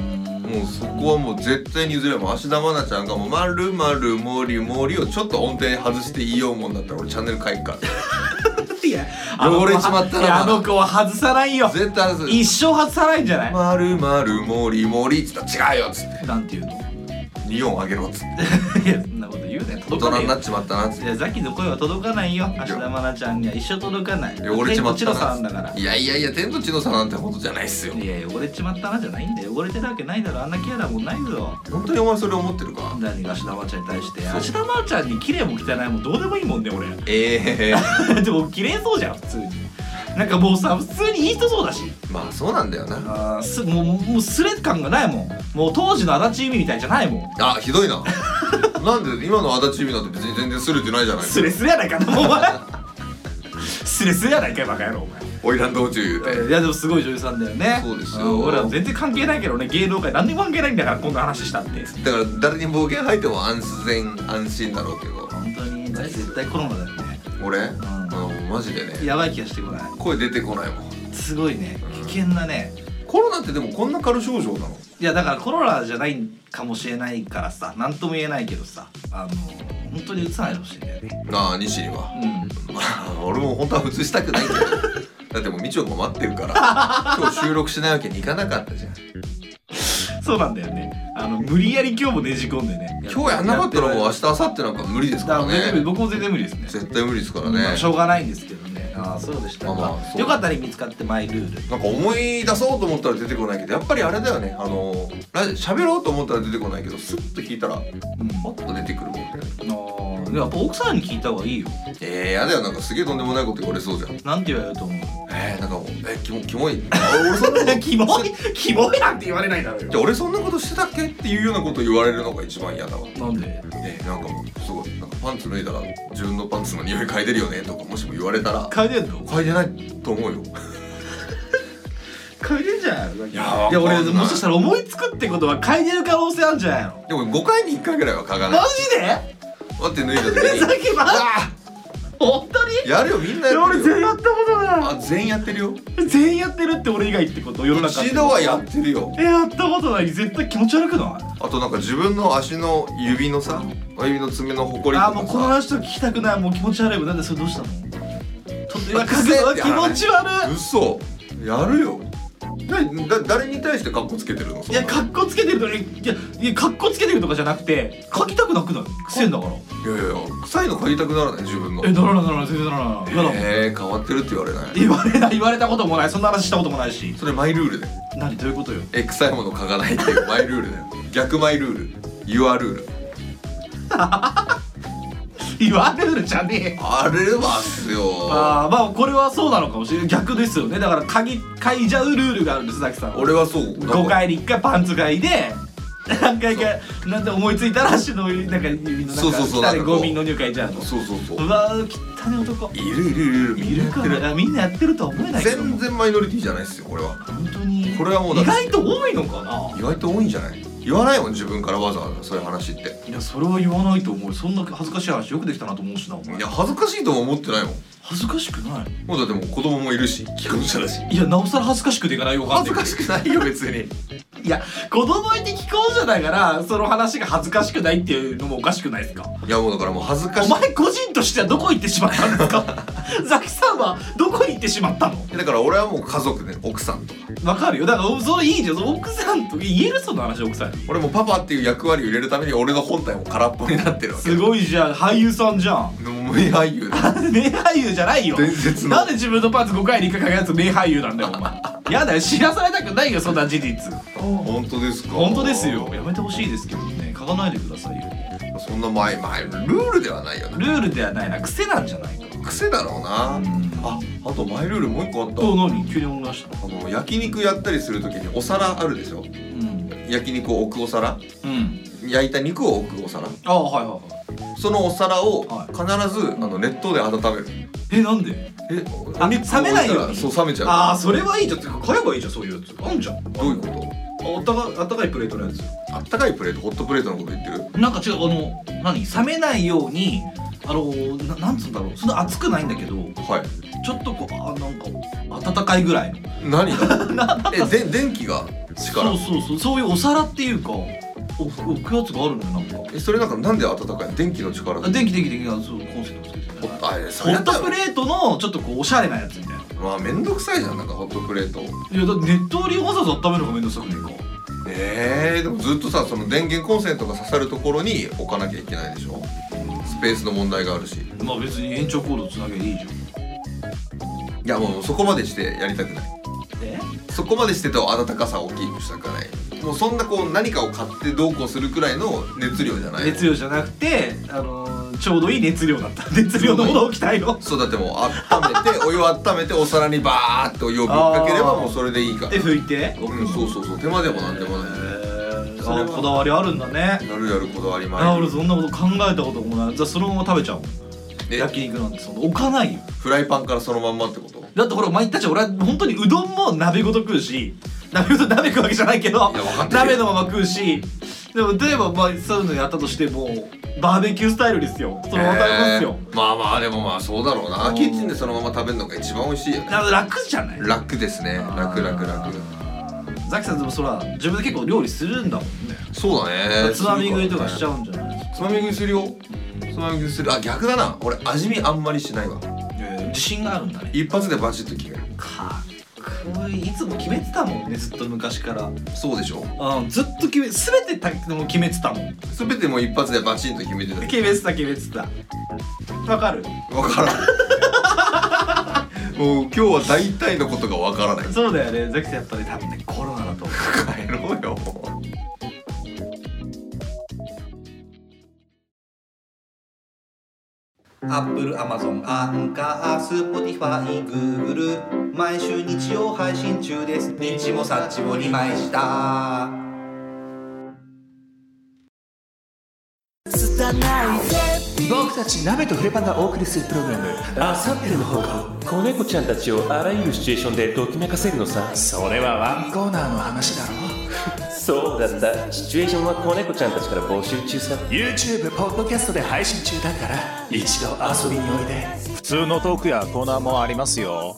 もうそこはもう絶対に譲れない。もう芦田愛菜ちゃんがもう「まるまるもりもり」をちょっと音程外して言いようもんだったら俺チャンネル変えっからいや汚れちまったな。 いやあの子は外さないよ。 絶対外す。 一生外さないんじゃない。 まるまるもりもりっつったら違うよっつってなんていうの。 に音上げろっつっていやそんなこと言うね。 大届かないよ。 人になっちまったなっつっいやザキの声は届かないよ。芦田愛菜ちゃんには一生届かない。 て汚れちまった天と地の差なんだからな。いやいやいや天と地の差なんてことじゃないっすよ。 いや汚れちまったなじゃないんだよ。汚れてるわけないだろ。あんなキャラもないぞ。 本当にお前それ思ってるか。 何が芦田愛菜ちゃんに対して。芦田愛菜ちゃんに綺麗も汚いもどうでもいいもんね俺。 ええでも綺麗そうじゃん普通に。なんかもうさ普通にいい人そうだし。 まあそうなんだよな。 あーすもうもうスレ感がないもん。もう当時の足立由美みたいじゃないもん。 あひどいななんで今の足立由美なんて別に全然すれてないじゃないスレスレやないかなお前。スレスレやないかバカ野郎お前。 花魁道中言うていやでもすごい女優さんだよね。 そうですよん俺は全然関係ないけどね。芸能界何にも関係ないんだからこんな話したって。 だから誰に暴言吐いても安全安心だろうけど本当に絶対コロナだよね。 俺うんマジでねやばい気がしてこない。 声出てこないもん。 すごいね危険なね。 コロナってでもこんな軽症状なの？ いやだからコロナじゃないかもしれないからさ何とも言えないけどさあの本当にうつないでほしいんだよね。 ああ西にはうんまあ俺も本当はうつしたくないけどだってもうみちょも待ってるから今日収録しないわけにいかなかったじゃん。 そうなんだよね。あの無理やり今日もねじ込んでね。 今日やんなかったらもう明日明後日なんか無理ですかだからら全然ね。 僕も全然無理ですね。 絶対無理ですからまあね。 しょうがないんですけどね。ああそうでしたか、 まあまあそうよかったら見つかってマイルール。 なんか思い出そうと思ったら出てこないけどやっぱりあれだよね。あのラジ喋ろうと思ったら出てこないけどスッと聞いたらうんパッと出てくるもんだよね。 あーやっぱ奥さんに聞いた方がいいよ。 えー、やだよ。なんかすげえとんでもないこと言われそうじゃん。 なんて言われると思う。 えー、なんかもうえキモキモい。あ俺そんなことキモいキモいなんて言われないだろうじゃよ。 あ俺そんなことしてたっけっていうようなこと言われるのが一番嫌だわ。 なんで。 えー、なんかもうすごいなんかパンツ脱いだら自分のパンツの匂い嗅いでるよねとかもしも言われたら嗅いでんの。 嗅いでないと思うよ。 嗅いでんじゃん。いいやわかんない俺もしかしたら思いつくってことは嗅いでる可能性あるんじゃないの。 でもごかいにいっかいぐらいは嗅がない。 マジで。 待って脱いだ時さにっきマジ本当に。 やるよみんなやってるよ。 俺全員やったことない。 あ全員やってるよ。 全員やってるって俺以外ってこと世の中。 一度はやってるよ。 えやったことない。絶対気持ち悪くない。 あとなんか自分の足の指のさ親指の爪のほこりとかさ。 あもうこの話と聞きたくない。もう気持ち悪いもん。なんでそれどうしたの。とってあ癖って気持ち悪い。 嘘やるよ。だだ誰に対してカッコつけてるの？そんないやカッコつけてるとね。いやいやカッコつけてるとかじゃなくて書きたくなくない。癖んだから。 いやいやいや臭いの嗅ぎたくならない自分の。 えならないならない全然ならない。やだもん。 えー、変わってるって言われない？ 言われない言われたこともない。そんな話したこともないし。 それマイルールだよ。 何どういうことよ。 え臭いもの嗅がないっていうマイルールだよ。逆マイルール Your ルール言われるじゃねえ。 あれはっすよ。 ああまあこれはそうなのかもしれない。逆ですよね。だから嗅ぎ嗅いじゃうルールがあるんです佐々木さん。 俺はそうごかいにいっかいパンツ嗅いで何回かなんで思いついたら足のなんか指のなんかそうそうそう汚いゴミの匂い嗅いじゃうの。 そうそうそううわー汚い男いるいるいるいるかな。みんなやってるとは思えないけど全然マイノリティじゃないっすよこれは。 本当にこれはもうだ意って外と多いのかな。 意外と多いんじゃない？言わないもん自分からわざわざそういう話って。 いやそれは言わないと思う。そんな恥ずかしい話よくできたなと思うしなお前。 いや恥ずかしいとも思ってないもん。 恥ずかしくない。 もうだってもう子供もいるし既婚者だし。 いやなおさら恥ずかしくていかないよ。 恥ずかしくないよ別に。 いや子供いて既婚者だからその話が恥ずかしくないっていうのもおかしくないですか。 いやもうだからもう恥ずかしい。 お前個人としてはどこ行ってしまったんですか。ザキさんはどこに行ってしまったの。 だから俺はもう家族で奥さんとかわかるよ。だからそれいいじゃん。奥さんと言えるその話奥さんに。 俺もパパっていう役割を入れるために俺の本体も空っぽになってるわけ。 すごいじゃん俳優さんじゃん。 名俳優だ。 名俳優じゃないよ。 伝説のなんで自分のパンツごかいにいっかい嗅ぐやつ名俳優なんだよお前。やだよ知らされたくないよそんな事実。 本当ですか？ 本当ですよ。やめてほしいですけどね。嗅がないでくださいよ。 そんな前前ルールではないよね。 ルールではないな。癖なんじゃないか。 癖だろうな。 うんああとマイルールもう一個あった。 お何急に思い出した。 あの焼肉やったりするときにお皿あるでしょ。 うん焼肉を置くお皿、 うん焼いた肉を置くお皿、 ああはいはいはい。 そのお皿をはい必ずあの熱湯で温める。 えなんで。 えあお肉を冷めないように置たらそう冷めちゃう。 ああそれはいいじゃん。買えばいいじゃんそういうやつ。あんじゃん。 どういうこあったかあったかいプレートのやつ。 と？あったかいプレートホットプレートのこと言ってる？ なんか違うあの何冷めないようにあのななんつうんだろうそんな熱くないんだけどはい。 ちょっとこうあなんか温かいぐらいの。 何が？えで電気が力。 そうそうそう、そういうお皿っていうか置く置くやつがあるのよ。なんかえそれなんかなんで温かいの？電気の力で。 あ電気電気電気がそうコンセントつけてるホットあれそホッれやったらトプレートのちょっとこうおしゃれなやつみたいな。 まあめんどくさいじゃん、なんかホットプレート。 いやだって熱湯にわざわざ温めるのがめんどくさくねえか。 えー、でもずっとさその電源コンセントが刺さるところに置かなきゃいけないでしょ。スペースの問題があるし。 まあ別に延長コードつなげていいじゃん。 いやもうそこまでしてやりたくない。 えそこまでしてと温かさをキープしたくない。もうそんなこう何かを買ってどうこうするくらいの熱量じゃない。 熱量じゃなくて、あのー、ちょうどいい熱量だった。熱量のものを置きたいの。 そうだってもう温めてお湯を温めてお皿にバーってお湯をぶっかければもうそれでいいから。 で拭いて。 うんそうそうそう手間でもなんでもない。 えー、それこだわりあるんだね。 やるやるこだわり前。 あ俺そんなこと考えたこともない。じゃあそのまま食べちゃう。 え焼肉なんてその置かないよ。 フライパンからそのまんまってこと？ だってほらお前言ったじゃん、俺は本当にうどんも鍋ごと食うし、鍋ごと鍋食うわけじゃないけどいや分かってるよ鍋のまま食うし、でも例えばまあそういうのやったとしてもバーベキュースタイルですよ。そのまま食べますよ。 えーまあまあでもまあそうだろうな。 うんキッチンでそのまま食べるのが一番美味しいよね。 だから楽じゃない。 楽ですね。楽楽楽。 ザキさんでもそら自分で結構料理するんだもんね。 そうだね。 つまみ食いとかしちゃう。 うんじゃないですか。 つまみ食いするよ。つまみ食いする。あ逆だな。俺味見あんまりしないわ。 自信があるんだね。 一発でバチッと決める。 かっこいい。いつも決めてたもんね、ずっと昔から。 そうでしょ。 うん、ずっと決め全てたもう決めてたもん。 すべてもう一発でバチンと決めてた。 決めてた決めてた。わかる？ わからん。もう今日は大体のことがわからない。 そうだよね。ザキさんやっぱり多分ねコロナだと思う。 帰ろうよ。 アップル、アマゾン、アンカー、スポティファイ、グーグル、毎週日曜配信中です。ニッチもサッチもにまいした僕たち鍋とフレパンがお送りするプログラムあさっての方向子猫ちゃんたちをあらゆるシチュエーションでときめかせるのさ。それはワンコーナーの話だろ。そうだった。シチュエーションは子猫ちゃんたちから募集中さ。 YouTube、ポッドキャストで配信中だから一度遊びにおいで。 普通のトークやコーナーもありますよ。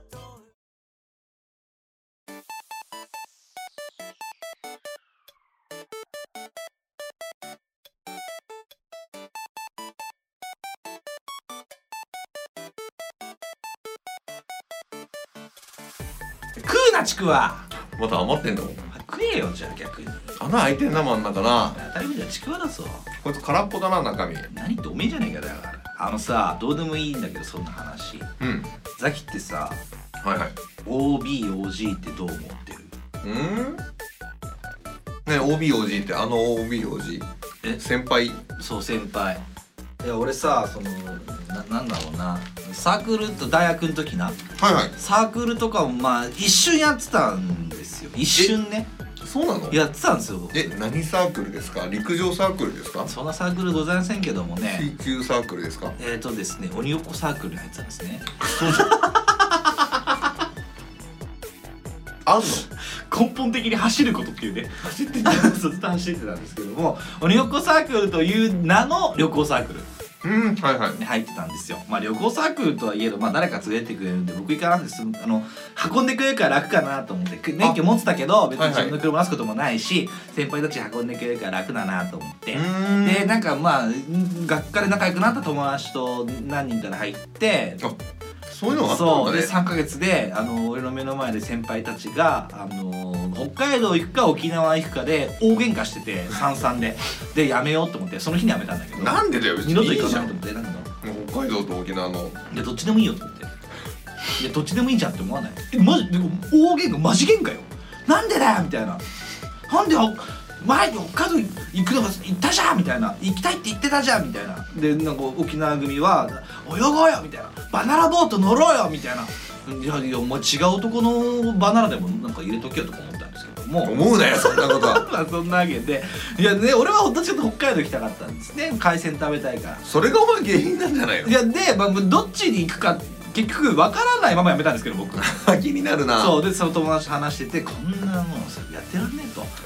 食うなちくわ。 また余ってんだもん。 食えよじゃあ逆に。 穴開いてんな真ん中な。 当たり前じゃちくわだぞ。 こいつ空っぽだな中身。 何っておめえじゃねえかだから。あのさ、どうでもいいんだけどそんな話。 うんザキってさ、 はいはい。 オービー、オージー ってどう思ってる？ うんね オービーオージー ってあの オービーオージーえ先輩。 そう先輩。いや俺さ、そのななんだろうな、サークルと大学の時な、 はいはい。 サークルとかもまあ一瞬やってたんですよ。一瞬ねそうなの？ やってたんですよ。 え何サークルですか？陸上サークルですか？ そんなサークルございませんけどもね。 水球サークルですか？ えーとですね、鬼ごっこサークルに入ってたんですね。 あんの？ 根本的に走ることっていうね、走ってたずっと走ってたんですけども、鬼ごっこサークルという名の旅行サークルうんはいはい。 に入ってたんですよ。まあ旅行サークルとはいえど、まあ誰か連れてくれるんで僕行かなくて済む、あの運んでくれるから楽かなと思って、免許持ってたけど別に自分の車出すこともないし、先輩たち運んでくれるから楽だなと思って、でなんかまあ学科で仲良くなった友達と何人かで入って。 あそういうのがあったんそうでだね。 さんかげつであの俺の目の前で先輩たちがあの北海道行くか沖縄行くかで大喧嘩してて三々ででやめようと思って、その日にやめたんだけど、 なんでだよ別二度とにいいじゃん。 行かないと思って、なんか北海道と沖縄の。 いやどっちでもいいよと思って、いやどっちでもいいじゃんって思わない？えマジでも大喧嘩マジ喧嘩よ。なんでだよみたいな。なんで前に北海道行くのが行ったじゃんみたいな、行きたいって言ってたじゃんみたいな。でなんか沖縄組は泳ごうよみたいな、バナナボート乗ろうよみたいな。いやいやお前違うとこのバナナでもなんか入れとけよとか思ったんですけども、 思うなよそんなことは。 まあそんなわけで、いやね俺はどっちかというと北海道行きたかったんですね。海鮮食べたいから。 それがお前原因なんじゃないの？ いやで、まあ、どっちに行くか結局分からないままやめたんですけど僕。 気になるな。 そうでその友達と話してて、こんなもんさやってらんねえと。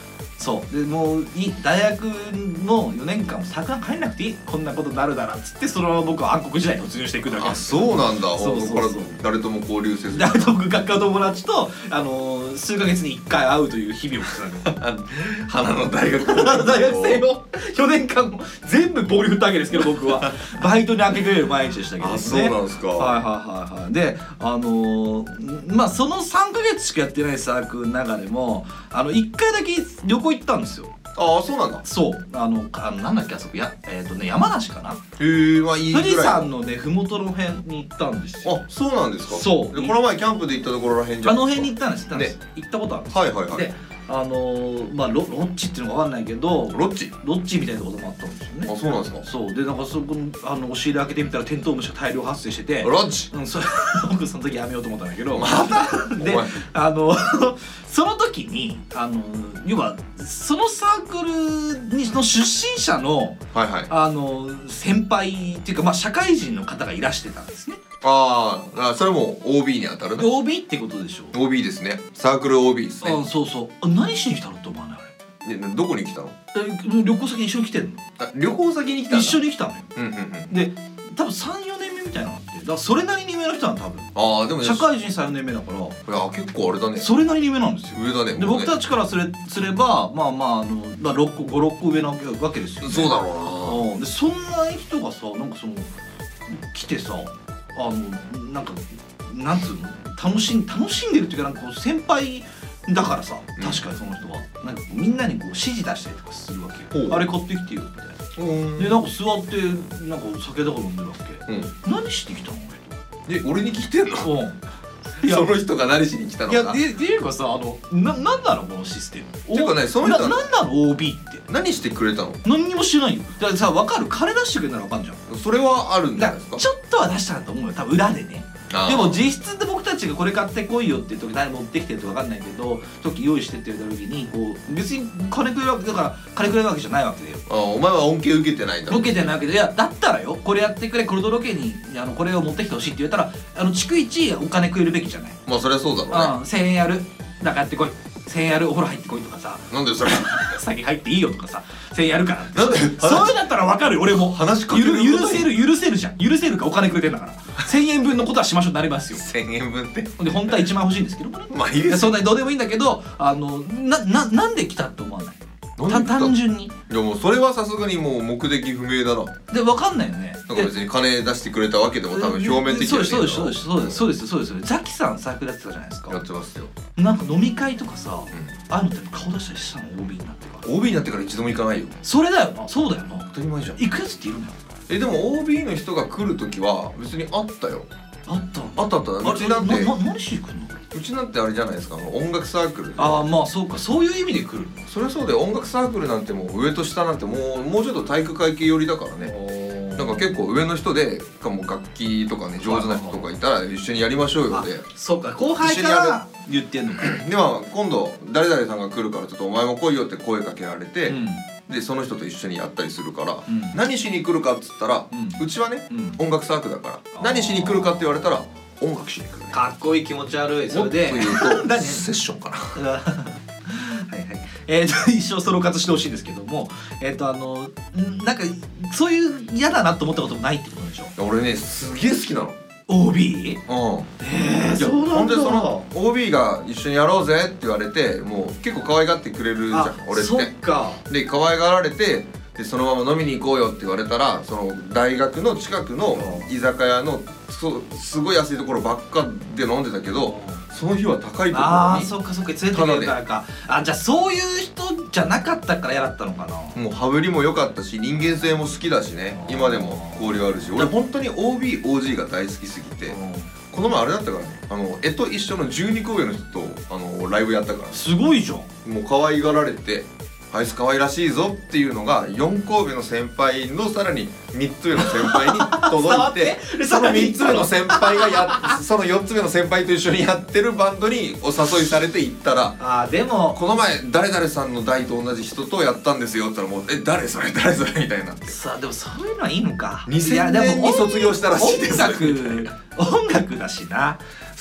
そうでもういい大学のよねんかんもサークルなんか入んなくていい、こんなことになるならっつって、そのまま僕は暗黒時代に突入していくだけ。 あ、そうなんだ。 そうそうそうここから誰とも交流せず大学学科の友達と、あのー、数ヶ月にいっかい会うという日々を送ってたの花の大学大学生をよねんかんも全部棒に振ったわけですけど、僕はバイトに明け暮れる毎日でしたけどね。 あ、そうなんですか。 はいはいはいはい。であのー、まあそのさんかげつしかやってないサークルの中でも、あのいっかいだけ旅行行ったんですよ。 ああ、そうなんだ。 そうあのあのなんだっけあそこやえっ、ー、とね山梨かな。 へえ、まあいいぐらい。 富士山のね麓の辺に行ったんですよ。 あ、そうなんですか。 そうでこの前キャンプで行ったところらへんじゃん。 あの辺に行ったんです行ったんです、ね、行ったことあるんですよ。 はいはいはい。 であのー、まあロロッジっていうのかわかんないけど、 ロッジロッジみたいなところもあったんですよね。 あ、そうなんですか。 そうでなんかそこあの押し入れ開けてみたらテントウムシが大量発生してて、 ロッジうん、それ僕その時やめようと思ったんだけど、 またでお前あのその時にあの要はそのサークルにの出身者のはいはい。 あの先輩っていうか、まあ、社会人の方がいらしてたんですね。 あーあ、それも オービー に当たるね。 オービー ってことでしょ。 オービー ですね。サークル オービー ですあね。 そうそう。あ何しに来たのって思わないあれ。 でどこに来たの？ え旅行先に一緒に来てんの。 あ、旅行先に来たんだ。 一緒に来たのよ。 うんうんうん。 で多分さんよねんめみたいなのあって、だからそれなりに上の人なの多分。 ああ、でもね、 社会人さんよねんめだから、 いや結構あれだね。 それなりに上なんですよ。 上だね。 で僕たちからすれすればまあまああの、まあ、ろっこごろっこ上なわけですよ、ね、 そうだろうんでそんな人がさなんかその来てさあのなんかなんつうの楽しん楽しんでるっていうかなんかこう先輩だからさ確かにその人は、なんかみんなにこう指示出したりとかするわけよ。 ほうあれ買ってきてよみたいな。 うな。 でなんか座ってなんか酒とか飲んでるわけ。 うん。 何してきたのえ、俺に来てんの？ 俺と。うん。いやその人が何しに来たのか。 いやでっていうかさあのななんなのこのシステム。 ていうかねその人はななんなの オービー って。 何してくれたの？ 何にもしないよ。だからさ分かる金出してくれたら分かんじゃん。 それはあるんじゃだかないですか。 らちょっとは出したんだと思うよ多分裏でね。 あーでも実質で僕たちがこれ買ってこいよって言う時誰持ってきてって分かんないけど時用意してって言われた時にこう別に金くれるわけだから金くれるわけじゃないわけだよ。 あ、お前は恩恵受けてないんだ。 受けてないわけでいやだったらよこれやってくれコルドロケにあのこれを持ってきてほしいって言ったらあの逐一お金くれるべきじゃない。 まあそりゃそうだろうね。 うんせんえんやるだからやってこいせんえんやるお風呂入ってこいとかさなんでそれ。 先入っていいよとかさせんえんやるからってなんでそういうだったら分かるよ俺も話かけることゆる許せる許せるじゃん許せるかお金くれてんだからせんえんぶんのことはしましょうになりますよ。 千円分って。 で本当はいちまん欲しいんですけどもね。 まあいいですよ。 そんなにどうでもいいんだけどあのなななんで来たって思わないたなんで来た単純にいやもうそれはさすがにもう目的不明だな。 で分かんないよね。 なんか別に金出してくれたわけでも多分表面的にそうですそうですそうですそうですそうですそうですそうですザキさんサークルやってたじゃないですやっか。 てますよ。 なんか飲み会とかさ、 うん。 ああいうのって顔出したりしたの オービー になってから。 オービー になってから一度も行かないよ。 それだよなそうだよな当たり前じゃん。 行くやつっているのよ。 え、でも オービー の人が来るときは別にあったよ。 あったあったあった。 あうちなんてなな何しに来るのうちなんてあれじゃないですか。あの音楽サークルで。 ああまあそうかそういう意味で来るそりゃそうだよ。音楽サークルなんてもう上と下なんてもうもうちょっと体育会系寄りだからね。なんか結構上の人でかも楽器とかね上手な人とかいたら一緒にやりましょうよあで。 そうか後輩から言ってんのか。 では今度誰々さんが来るからちょっとお前も来いよって声かけられて、 うんでその人と一緒にやったりするから、 うん何しに来るかっつったら、 ううちはね、 うん音楽サークルだからあー何しに来るかって言われたら音楽しに来るね。 かっこいい気持ち悪いそもっれでと言うと何セッションかな。 はいはいえー、と一生ソロ活してほしいんですけどもえっ、とあのんなんかそういう嫌だなと思ったこともないってことでしょ。 俺ねすげえ好きなの。 オービー？ うんえー、 いやそうなんだ。 本当にその オービー が一緒にやろうぜって言われてもう結構可愛がってくれるじゃんあ俺っ。 そってか。 で可愛がられてでそのまま飲みに行こうよって言われたらその大学の近くの居酒屋のそすごい安いところばっかで飲んでたけどその日は高いところにああそっかそっか連れてくれるからか。あじゃあそういう人じゃなかったから嫌だったのかな。 もう羽振りも良かったし人間性も好きだしね今でも交流あるし俺本当に オービーオージー が大好きすぎてこの前あれだったからねあの絵と一緒のじゅうにこ上の人とあのライブやったからすごいじゃん。 もう可愛がられてあいつ可愛らしいぞっていうのがよんこ上の先輩のさらにみっつ上の先輩に届いてそのみっつ上の先輩がやそのよっつ上の先輩と一緒にやってるバンドにお誘いされて行ったらあーでもこの前誰々さんの代と同じ人とやったんですよって言ったらもうえ誰それ誰それみたいになってさあでもそういうのはいいのか。 にせんねんに卒業したらしいです音楽音楽だしな。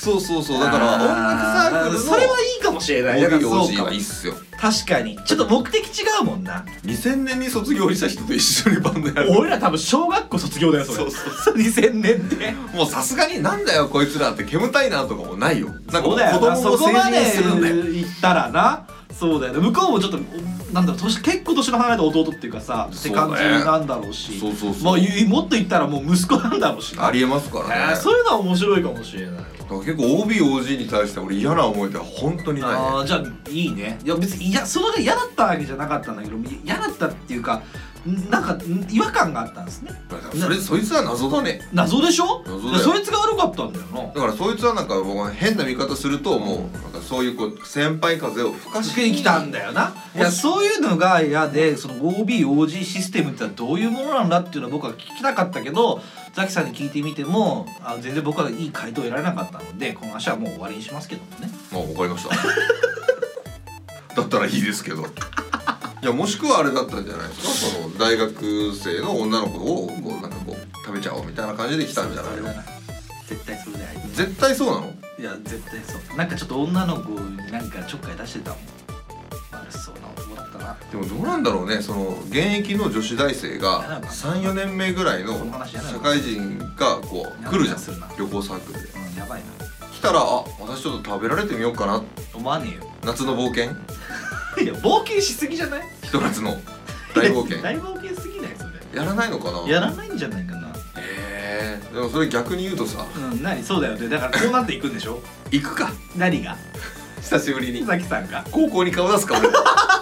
そうそうそう、だから音楽サークルのそれはいいかもしれない。 オービーだからオーそうジーかもはいいっすよ。 確かにちょっと目的違うもんな。 にせんねんに卒業した人と一緒にバンドやる。 俺ら多分小学校卒業だよそれ。 そうそうにせんねんってもうさすがになんだよこいつらって煙たいなとかもないよ。なんかそうだよ子な。そ供も成こまで人するんだよ。 行ったらな。そうだよね。向こうもちょっとなんだろう年結構年の離れた弟っていうかさって感じなんだろうし、 そうそうそうまあゆもっと言ったらもう息子なんだろうしな。 ありえますからね。 えーそういうのは面白いかもしれない。 だから結構 オービー オージー に対して俺嫌な思い出は本当にないね。 ああじゃあいいね。いや別にいやそれが嫌だったわけじゃなかったんだけど嫌だったっていうかなんか違和感があったんですね。 それそいつは謎だね。 謎でしょ。 謎だよ。 そいつが悪かったんだよな。 だからそいつはなんか僕は変な見方するともうなんかそういうこう先輩風を吹かしに来たんだよな。いやそういうのが嫌でその オービー オージー システムってどういうものなんだっていうのは僕は聞きたかったけどザキさんに聞いてみてもあ全然僕はいい回答を得られなかったのでこの話はもう終わりにしますけどもね。 まあわかりましただったらいいですけどいやもしくはあれだったんじゃないですか。その大学生の女の子をこうなんかこう食べちゃおうみたいな感じで来たんじゃないの。 絶対それで相手絶対そうなの。 いや絶対そうなんかちょっと女の子になんかちょっかい出してたもん。悪そうな男だったな。 でもどうなんだろうね。その現役の女子大生がさん、よねんめぐらいのその話やな社会人がこう来るじゃんやばいなするな旅行サークルでうんやばいな。 来たらあ私ちょっと食べられてみようかな。 思わねえよ。 夏の冒険いや冒険しすぎじゃない。 ひと夏の大冒険大冒険すぎないそれ。 やらないのかな。 やらないんじゃないかな。 へえ。でもそれ逆に言うとさうん何そうだよね。だからこうなっていくんでしょ。 行くか何が久しぶりにザキさんが高校に顔出すか俺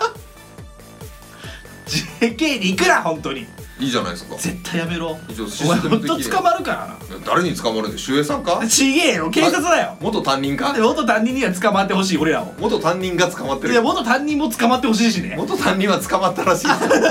ジェーケー に行くな本当に。 いいじゃないですか。 絶対やめろ。 一応シお前ステム的にほんと捕まるから誰に捕まるんで守衛さんかな。ちげえよ警察だよ。 元担任か。 元担任には捕まってほしい俺らも。 元担任が捕まってる。 いや元担任も捕まってほしいしね。 元担任は捕まったらしい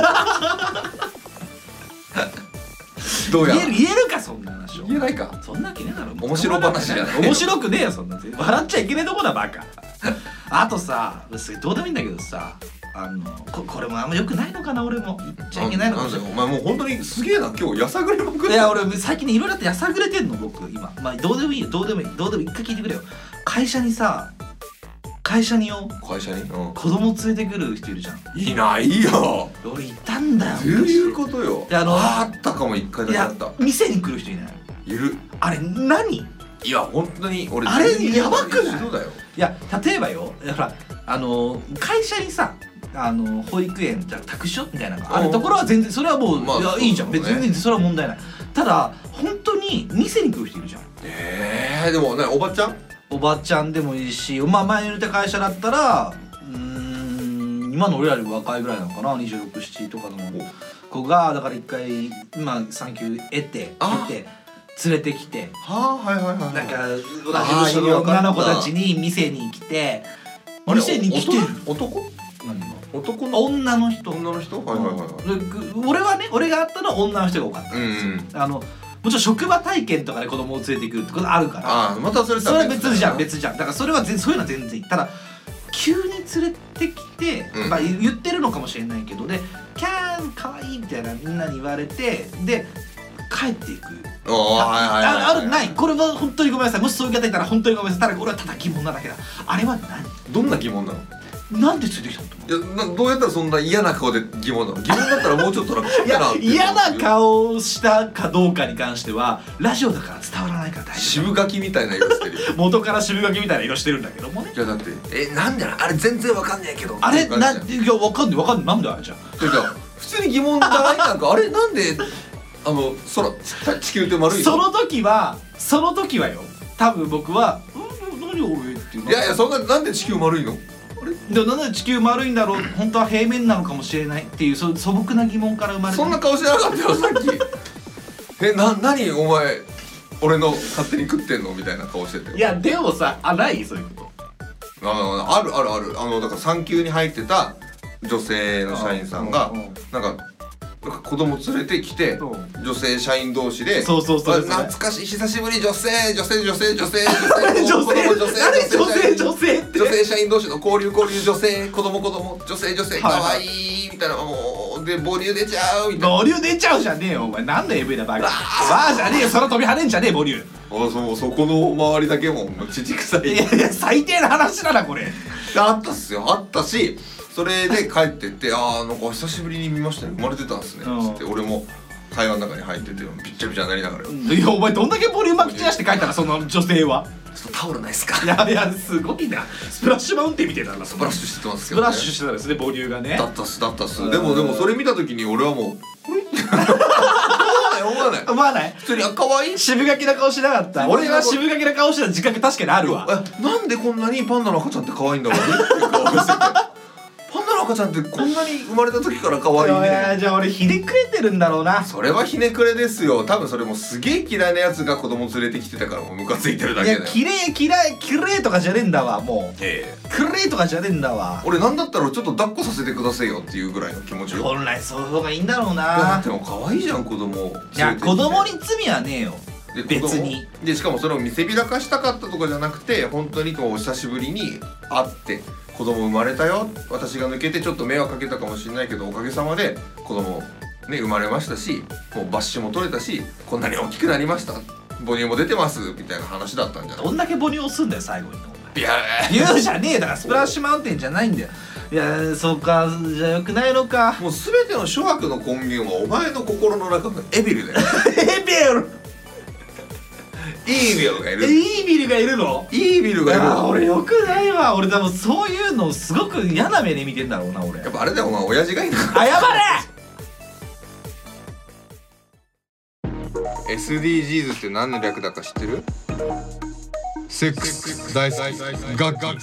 どうやら言える言えるかそんな話を。 言えないか。 そんなわけねえだろ。 面白話じゃない面白くねえよそんな。笑っちゃいけねえとこだバカあとさどうでもいいんだけどさあの こ, これもあんま良くないのかな。俺も言っちゃいけないのかもしれない。 お前もう本当にすげえな今日やさぐれまくって。 いや俺最近ねいろいろあってやさぐれてんの僕今。まあどうでもいいよどうでもいいどうでもいい一回聞いてくれよ。会社にさ会社によ会社に、うん、 子供連れてくる人いるじゃん。 いないよ。 俺いたんだよ。 どういうことよ。 であのあったかも一回だいやけあった。 店に来る人いない。 いる。 あれ何。 いや本当に俺あれ全然やばくない一緒だよ。 いや例えばよほらあの会社にさあの保育園じゃ託児所みたいなのがあるところは全然それはもう、 まあいやいいじゃんそうだね別に全然それは問題ない。ただ本当に店に来る人いるじゃん。 えー、でもねおばちゃんおばちゃんでもいいし、まあ前にいた会社だったらうーん今の俺らより若いぐらいなのかなにじゅうろく、ななとかの子がだから一回今産休得てあ得て連れてきてはあはいはいはいなんか同じあー部署の女の子たちに店に来てあれ店に来てる。 お男何が男の女の人。 女の人はいはいはいはいでぐ俺はね俺があったのは女の人が多かったんですよ、 うんうんあのもちろん職場体験とかで子供を連れてくるってことあるからああまたそれそれは別じゃん別別じゃんだからそれは全そういうのは全然いい。ただ急に連れてきて、 うんまあ、言ってるのかもしれないけどでキャーンかわいいみたいなみんなに言われてで帰っていくああはいはいはいああるないこれは本当にごめんなさいもしそういう方いたら本当にごめんなさい。ただ俺はただ疑問なだけだ。あれはどんな疑問なの。 何なんで連れてきたのと思う。 いやなどうやったらそんな嫌な顔で疑問なの。疑問だったらもうちょっとなんかいや嫌な顔顔をしたかどうかに関してはラジオだから伝わらないから大丈夫。 渋柿みたいな色してるよ元から渋柿みたいな色してるんだけどもね。 いやだってえなんであれ全然わかんないけどあれなていやわかんないわかんないなんであれじゃん。 いうか普通に疑問じゃないなんかあれなんであの空地球って丸いの。 その時はその時はよ多分僕は「うん何俺」っていうのいやいやそんななんで地球丸いの。 でもなんで地球丸いんだろう本当は平面なのかもしれないっていうそ素朴な疑問から生まれてそんな顔してなかったよさっきえな何お前俺の勝手に食ってんのみたいな顔してて。 いやでもさあないそういうこと。 ああるあるあるあのだから産休に入ってた女性の社員さんがうんうんなんか子供連れてきてうん女性社員同士でそうそうそうあ懐かしい久しぶり女性女性女性女性女性子供女性誰女性女性って女性社員同士の交流交流女性子供子供女性女性かはいはいわいいみたいなもううで母乳出ちゃうみたいな。 母乳出ちゃうじゃねえよお前、なんだ エーブイ だバカ。わあじゃねえよ、その飛び跳ねんじゃねえ母乳。 あそうそこの周りだけも乳臭い。 いやいや最低な話だなこれ。 あったっすよ、あったし、それで帰ってってあーなんか久しぶりに見ましたね、生まれてたんですねうんつって俺も会話の中に入っててびっちゃびちゃになりながら、 いやお前どんだけボリュームまき散らして帰ったらその女性は。 ちょっとタオルないっすか。 いやいやすごいな、スプラッシュマウンテンみたいな。 スプラッシュしてますスけど、ね、 プラッシュしてたんですね、ボリューがね。 だったっすだったっす。 うんでもでもそれ見た時に俺はもう思わない思わない思わない。 普通にあ可愛い渋垣な顔しなかった。俺は渋垣な顔してた自覚確かにあるわ。 えなんでこんなにパンダの赤ちゃんって可愛いんだろうねっていう顔をしててパンダの赤ちゃんってこんなに生まれた時から可愛いいやね。 じゃあ俺ひねくれてるんだろうな。 それはひねくれですよ。多分それもすげえ嫌いなやつが子供連れてきてたからもうムカついてるだいやけだよ。 綺麗嫌い綺麗とかじゃねえんだわ。もうええ綺麗とかじゃねえんだわ。 俺なんだったらちょっと抱っこさせてくださいよっていうぐらいの気持ちよ。 本来そういう方がいいんだろういやな。 でも可愛いじゃん子供を連れてきて。 いや子供に罪はねえよ。 で別子供にでしかもそれを見せびらかしたかったとかじゃなくて本当にこう久しぶりに会って子供生まれたよ、私が抜けてちょっと迷惑かけたかもしれないけどおかげさまで子供ね生まれましたし、もう抜歯も取れたしこんなに大きくなりました、母乳も出てますみたいな話だったんじゃない。 どんだけ母乳押すんだよ最後に。 いや言うじゃねえだからスプラッシュマウンテンじゃないんだよ。いやそうかじゃあよくないのか。 もう全ての諸悪の根源はお前の心の中のエビルだよエビルイービルがいるイービルがいるの。 イービルがいる。 あー俺よくないわ。俺多分そういうのすごく嫌な目で見てんだろうな俺。 やっぱあれだよお前親父がいいな。 謝れ。 エスディージーズ って何の略だか知ってる？セックス大好きガッガッ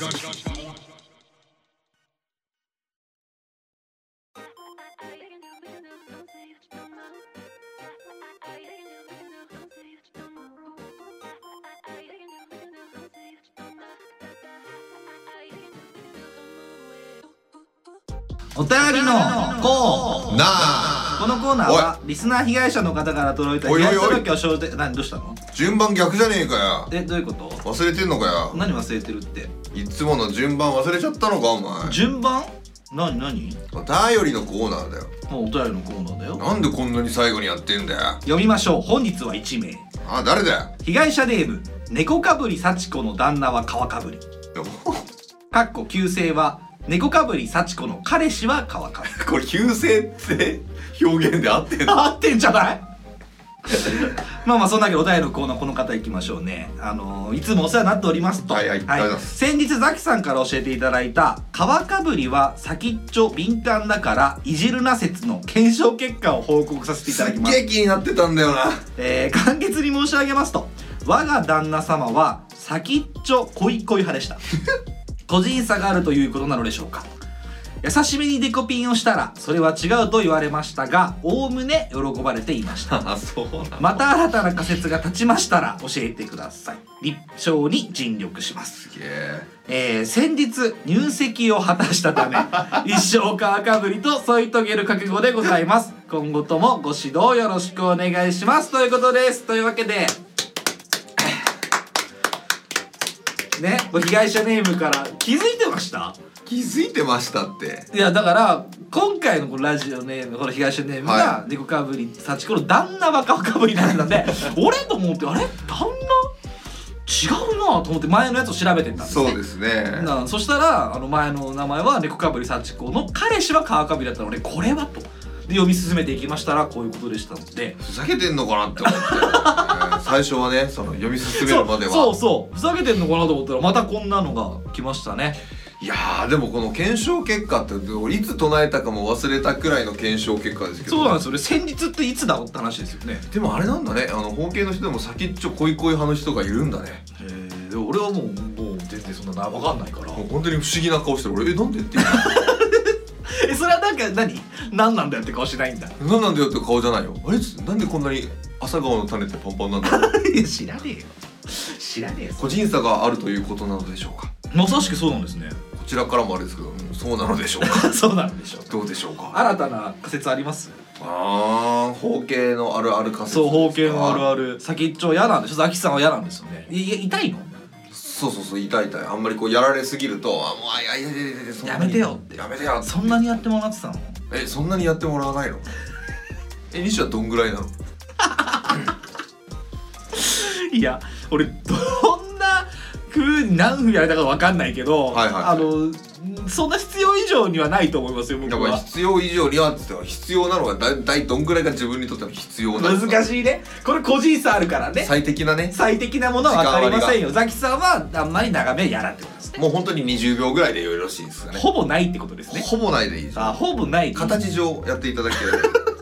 お便りのコーなあ。 このコーナーはリスナー被害者の方から届いた被害届を承知。何どうしたの？ 順番逆じゃねえかよ。 えどういうこと？ 忘れてんのかよ。 何忘れてるって？ いつもの順番忘れちゃったのかお前。 順番？何何？ お便りのコーナーだよ。 もうお便りのコーナーだよ。 なんでこんなに最後にやってんだよ。 読みましょう。本日はいち名。 あ、誰だよ。 被害者ネーム猫かぶり幸子の旦那は川かぶり。かっこ旧姓は猫かぶり幸子の彼氏は川かぶり。 これ旧姓って表現で合ってんの？ 合ってんじゃないまあまあそんなわけでお便りのコーナーこの方いきましょうね。あのー、いつもお世話になっておりますと。 はいはいありがとうございます先日ザキさんから教えていただいた川かぶりは先っちょ敏感だからいじるな説の検証結果を報告させていただきますす。 っげえ気になってたんだよな。 えー、簡潔に申し上げますと我が旦那様は先っちょ恋恋派でした個人差があるということなのでしょうか。優しめにデコピンをしたらそれは違うと言われましたがおおむね喜ばれていましたあ、そうなの。 また新たな仮説が立ちましたら教えてください。立証に尽力します。 すげえ。 えー、先日入籍を果たしたため一生川かぶりと添い遂げる覚悟でございます。今後ともご指導よろしくお願いしますということです。というわけでね、被害者ネームから気づいてました？ 気づいてましたって。 いやだから今回のこのラジオネームこの被害者ネームがは猫かぶり幸子の旦那は川かぶりなんで俺と思ってあれ旦那違うなと思って前のやつを調べてったんですね。 そうですね。 なそしたらあの前の名前は猫かぶり幸子の彼氏は川かぶりだったのでこれはとで読み進めていきましたらこういうことでしたのでふざけてんのかなって思って、えー最初はねその読み進めるまではそうそうそうふざけてんのかなと思ったらまたこんなのが来ましたね。 いやーでもこの検証結果って俺いつ唱えたかも忘れたくらいの検証結果ですけど。 そうなんですよね。先日っていつだろうって話ですよね。 でもあれなんだね、あの包茎の人でも先っちょ恋恋派の人がいるんだね。 へえ。でも俺はもうもう全然そんな分かんないから。 もう本当に不思議な顔してる俺、えなんでって言うえそれはなんか何何なんだよって顔しないんだ。 何なんだよって顔じゃないよ。あれなんでこんなに朝顔の種ってパンパンなんだろういや知らねえよ。知らねえよ。 個人差があるということなのでしょうか。 まさしくそうなんですね。 こちらからもあれですけど、うん、そうなのでしょうかそうなんでしょう。 どうでしょうか。 新たな仮説あります？ あー包茎のあるある仮説そう包茎のあるあある先っちょ嫌なんでしょ。ザキさんは嫌なんですよね。いい痛いの？ そうそうそう痛い痛い。あんまりこうやられすぎるとあもうあいやいやいやいやそんなにやめてよってやめてよってそんなにやってもらってたの？ えそんなにやってもらわないの？え西はどんぐらいなの？ いや俺どんな風に何分やれたか分かんないけど、 はいはいはい、 あのそんな必要以上にはないと思いますよ僕は。 やっぱり必要以上にはって言っても必要なのはだいたいどんぐらいが自分にとっての必要なのか。 難しいねこれ個人差あるからね。 最適なね最適なものは分かりませんよ。ザキさんはあんまり長めやらってことですね。 もう本当ににじゅうびょうぐらいでよろしいですかね。 ほぼないってことですね。 ほぼないでいいです。 あほぼない形上やっていただければ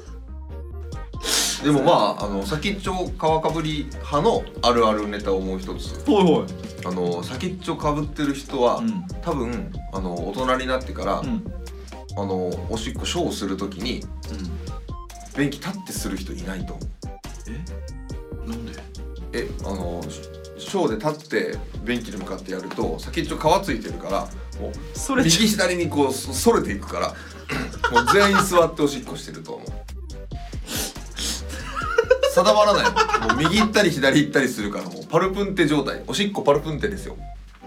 でもまああの先っちょ皮かぶり派のあるあるネタをもう一つ。 ほいほい。 あの先っちょかぶってる人は、うん、多分あの大人になってから、うん、あのおしっこショーをするときに、うん、便器立ってする人いないと思う。 えなんで？ えあのショーで立って便器に向かってやると先っちょ皮ついてるからもうそれ右左にこうそれていくからもう全員座っておしっこしてると思う。定まらないもん。もう右行ったり左行ったりするからもうパルプンテ状態。おしっこパルプンテですよ。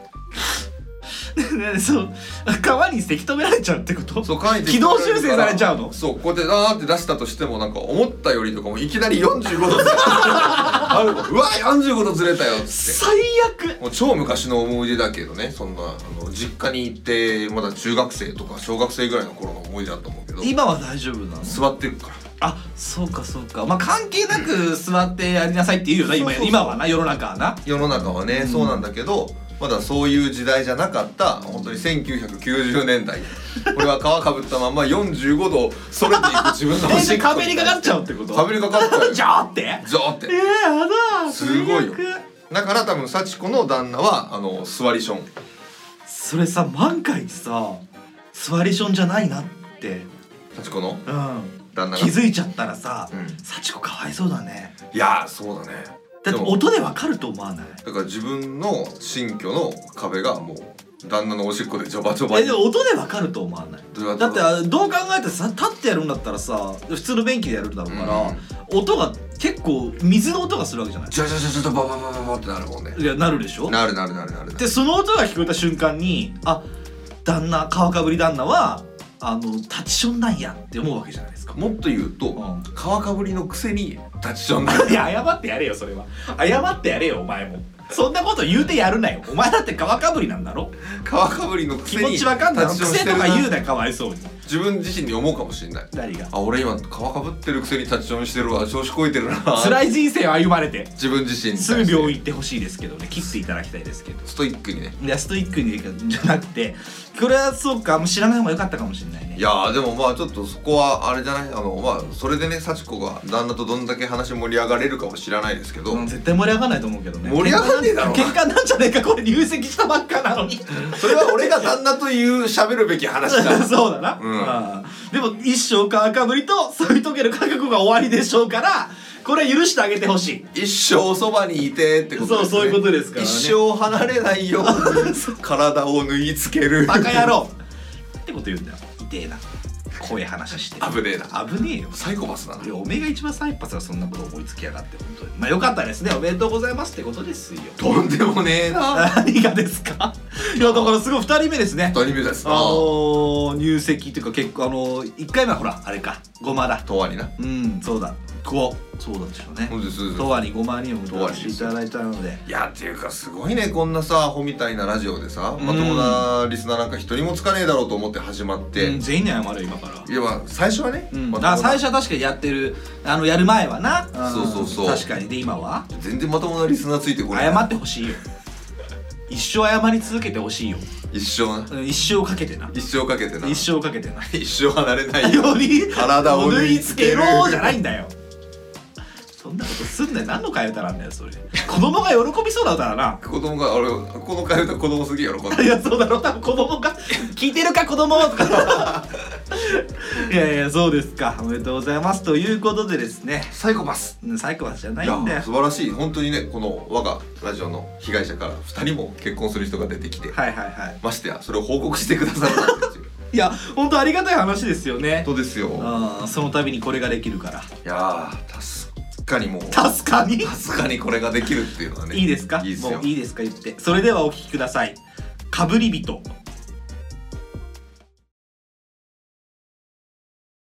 そう川にせき止められちゃうってこと？ そう川に軌道修正されちゃうの？ そうこうやってあーって出したとしてもなんか思ったよりとかもいきなりよんじゅうごどずれたあるうわよんじゅうごどずれたよっつって最悪。 もう超昔の思い出だけどね。そんなあの実家に行ってまだ中学生とか小学生ぐらいの頃の思い出だと思うけど今は大丈夫なの？座ってるから。 あそうかそうか。まあ関係なく座ってやりなさいって言うよな今今はな世の中はな世の中はね、うん、そうなんだけどまだそういう時代じゃなかった本当にせんきゅうひゃくきゅうじゅうねんだいこれは皮かぶったままよんじゅうごどそれていく自分のおしっこ壁にかかっちゃうってこと？ 壁にかかっちゃうよジャーってジャーってえーやだすごいよ。だから多分幸子の旦那はあの座りション。 それさ満開にさ座りションじゃないなって幸子のうん旦那が気づいちゃったらさ、 うん、 幸子かわいそうだね。 いやそうだね。 だって音でわかると思わない？ だから自分の新居の壁がもう旦那のおしっこでジョバジョバに。 えでも音でわかると思わない？だってどう考えてさ立ってやるんだったらさ普通の便器でやるだろうから、うん、音が結構水の音がするわけじゃない？ ジャジャジャジャバババババってなるもんね。 いやなるでしょ？ なるなるなるなる。 でその音が聞こえた瞬間にあ旦那皮かぶり旦那はあのタチションなんやって思うわけじゃないですか。 もっと言うと、うん、皮かぶりのくせにタチションなんや。いや謝ってやれよそれは。謝ってやれよお前も。そんなこと言うてやるなよ。お前だって皮かぶりなんだろ。 皮かぶりのくせに気持ちわかんない。癖とか言うなかわいそうに。 自分自身に思うかもしれない。 何が？ あ俺今皮かぶってるくせにタチションしてるわ調子こいてるな。 辛い人生を歩まれて自分自身にすぐ病院行ってほしいですけどね。切っていただきたいですけど。 ストイックにね。 いやストイックにじゃなくてこれはそうかもう知らない方が良かったかもしれないね。 いやーでもまあちょっとそこはあれじゃないあのまあそれでね幸子が旦那とどんだけ話盛り上がれるかも知らないですけど、 うん、絶対盛り上がらないと思うけどね。 盛り上がんねえだろ。 喧嘩なんじゃねえかこれ入籍したばっかなのにそれは俺が旦那という喋るべき話だそうだな、うん、あでも一生皮かぶりと添い遂げる覚悟が終わりでしょうからこれは許してあげてほしい。 一生そばにいてってことですね。 そうそういうことですからね。 一生離れないように体を縫い付けるバカ野郎ってこと言うんだよ。痛えな怖い話して。 危ねえな。 危ねえよ。 サイコパスだな。 おめえが一番サイコパスがそんなこと思いつきやがって本当に。まあよかったですね。おめでとうございますってことですよ。 とんでもねえな。 何がですか。いやだからすごいふたりめですね。 ふたりめですな。 あのー、入籍っていうか結構あのー、いっかいめはほらあれかごまだ。 とわにな。 うんそうだ。こうそうだでしょうね。 そうですそうです。 とわにごまにも歌わせていただいたので。 いやっていうかすごいねこんなさアホみたいなラジオでさ、まともなリスナーなんか一人もつかねえだろうと思って始まって、 うん、全員に謝る今から。 いやまあ最初はね、 うん、あ最初は確かにやってるあのやる前はな。 そうそうそう。 確かにで今は全然まともなリスナーついてこない。 謝ってほしいよ。一生謝り続けてほしいよ。 一生な。 一生かけてな。 一生かけてな。 一生かけてな。 一生離れないように体を縫い付けろじゃないんだよ。そんなことすんねん。何の替え歌なんだよそれ。子供が喜びそうだったらな。 子供が俺この替え歌子供すげえ喜んで。 いやそうだろう多分子供が聞いてるか子供とか。いやいやそうですかおめでとうございますということでですね。 サイコパス。 サイコパスじゃないんだよ。 素晴らしい本当にねこの我がラジオの被害者からふたりも結婚する人が出てきて、 はいはいはい。 ましてやそれを報告してくださったんですよ。 いや本当ありがたい話ですよね。 そうですよ。 あその度にこれができるから。いやー助かにもう助かに助かにこれができるっていうのはね。 いいですか。 いいですよ。 もういいですか言って。それではお聞きください。かぶり人。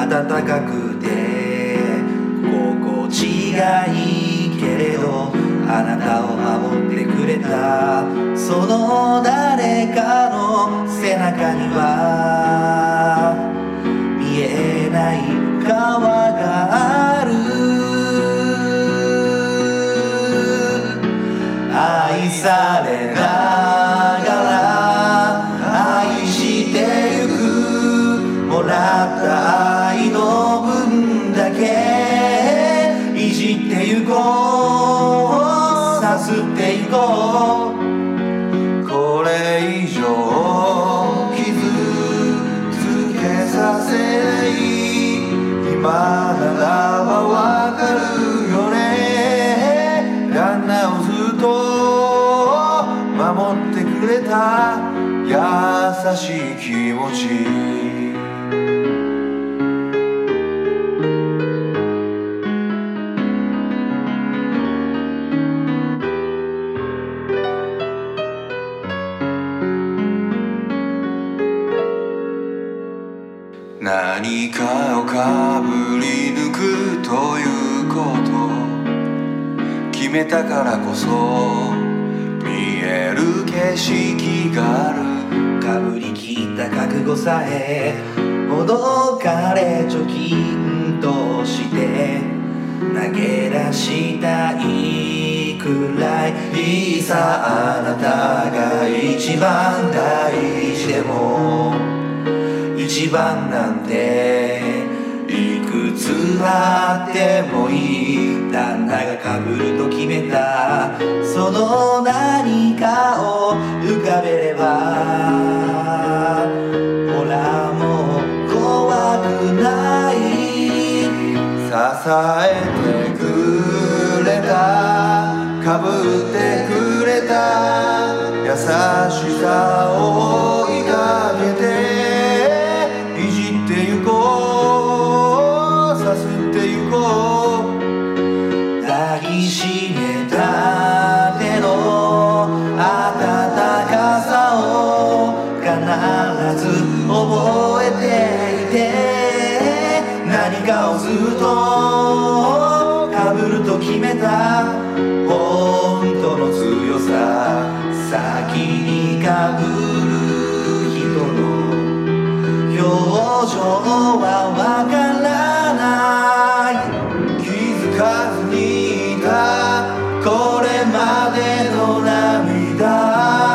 暖かくて心地がいいけれどあなたを守ってくれたその誰かの背中には見えない川がある愛されながら愛してゆくもらった愛の分だけいじってゆこうさすってゆこうこれ以上傷つけさせない今ならばわかるよね旦那をずっと守ってくれた優しい気持ち何かをかぶり抜くということ決めたからこそ見える景色があるかぶりきった覚悟さえほどかれ貯金として投げ出したいくらいさあなたが一番大事でも一番なんていくつあってもいい旦那がかぶると決めたその何かを浮かべればほらもう怖くない支えてくれたかぶってくれた優しさを追いかけて抱きしめた手の温かさを必ず覚えていて何かをずっとかぶると決めた本当の強さ先にかぶる人の表情はわからない気づかずにいたこれまでの涙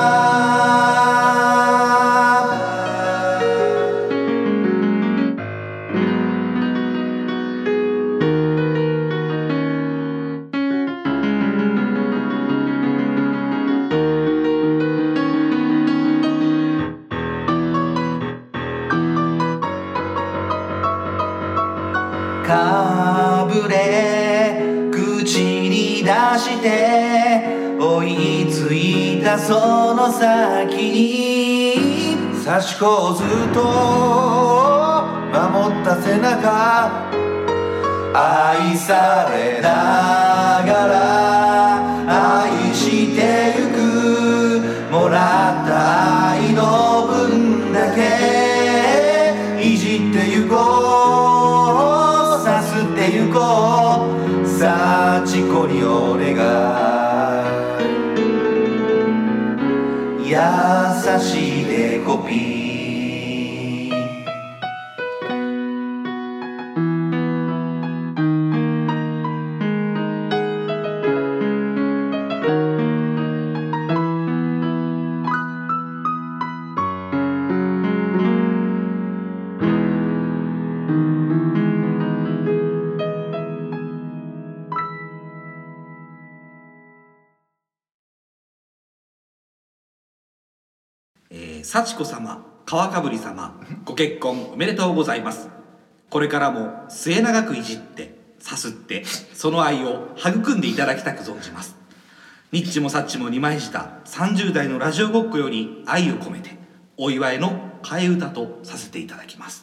かぶれ口に出して追いついたその先に刺し子をずっと守った背中愛されながら愛してゆくもらった愛の分だけいじってゆこうさすってゆこう幸子にお願い優しいデコピーえー、幸子様、川かぶり様、ご結婚おめでとうございます。これからも末永くいじってさすってその愛を育んでいただきたく存じます。ニッチもサッチも二枚舌さんじゅう代のラジオごっこより愛を込めてお祝いの替え歌とさせていただきます。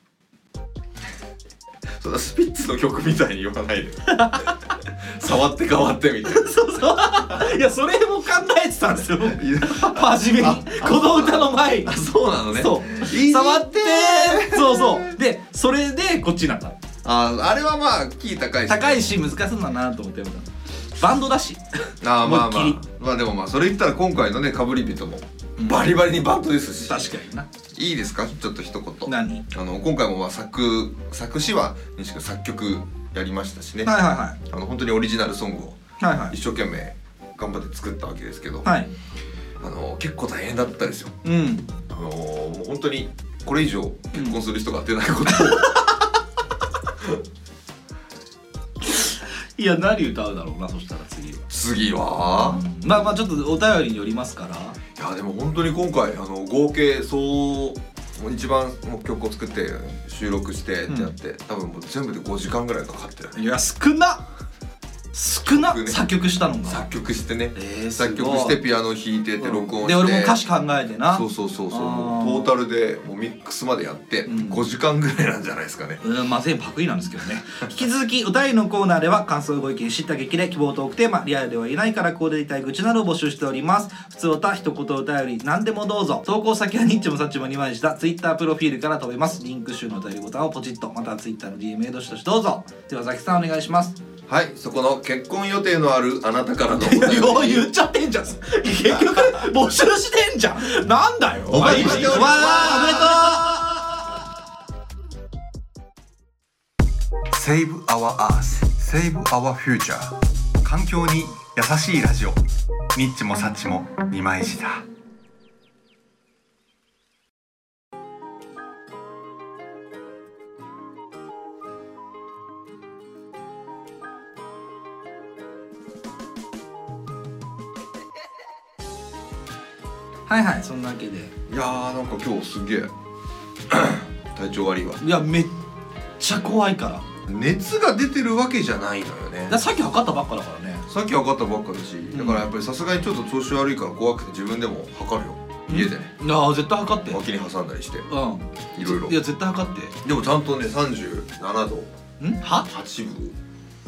そんなスピッツの曲みたいに言わないで触って変わってみたいなそうそういやそれも考えてたんですよ真面目にこの歌の前にあそうなのねそう触ってそうそうでそそれでこっちになったの。 あああれはまあキー高いし、ね、 高いし難しそうだなと思って読んだ。バンドだし。 ああまあまあ思いっきまあでもまあそれ言ったら今回のねかぶり人もバリバリにバンドですし、 確かにな。 いいですかちょっと一言。 何？ あの今回もまあ作作詞は西君作曲やりましたしね、 はいはいはいあの本当にオリジナルソングをはいはい一生懸命頑張って作ったわけですけど、 はい。 あの結構大変だったですよ。 うん。 あのもう本当にこれ以上結婚する人が出ないことを、 いや何歌うだろうなそしたら次は。 次は、 まあまあちょっとお便りによりますから。 いやでも本当に今回あの合計総一番もう曲を作って収録してってやって、うん、多分もう全部でごじかんぐらいかかってる。 いや少な少な、ね、作曲したのが作曲してね、 えー、 作曲してピアノ弾いてって録音して、うん、 で俺も歌詞考えてな。 そうそうそうそうもうトータルでもうミックスまでやってごじかんぐらいなんじゃないですかね。 うん、まあ全部パクリなんですけどね引き続きお便りのコーナーでは感想ご意見知った激励希望トークテーマリアルでは言えないからこうでいたい愚痴などを募集しております。普通歌一言お便り何でもどうぞ。投稿先はニッチもサッチもにまいしたツイッタープロフィールから飛べます。リンク集のお便りボタンをポチッとまたはツイッターの ディーエム へどしどしどうぞ。ではザキさんお願いします。 はい、そこの結婚予定のあるあなたからのお便りよう言っちゃってんじゃん結局募集してんじゃんなんだよお待ちしております。 おめでとう。 Save our Earth Save our Future 環境に優しいラジオニッチもサッチも二枚舌。 はいはいそんなわけでいやーなんか今日すげえ体調悪いわ。 いやめっちゃ怖いから熱が出てるわけじゃないのよね。 ださっき測ったばっかだからね。 さっき測ったばっかだし、だからやっぱりさすがにちょっと調子悪いから怖くて自分でも測るよ家でね。 ああ絶対測って。 脇に挟んだりしてうんいろいろ。 いや絶対測って。 でもちゃんとねさんじゅうななどんははちぶん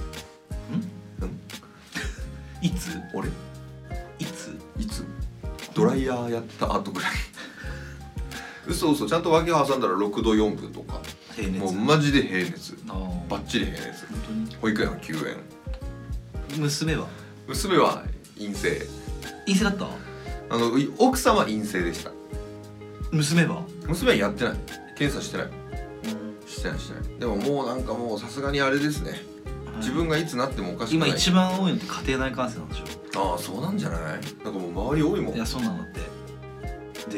いつ俺いついつドライヤーやった後ぐらい嘘嘘ちゃんと脇挟んだらろくどよんぶんとか平熱。 もうマジで平熱あバッチリ平熱。 本当に。 保育園は休園。 娘は娘は陰性。 陰性だった。 あの奥様は陰性でした。 娘は娘はやってない。検査してない。してないしてない。でももうなんかもうさすがにあれですね、はい、自分がいつなってもおかしくない。 今一番多いのって家庭内感染なんでしょ。 ああそうなんじゃない。なんかもう周り多いもん。 いやそうなんだって。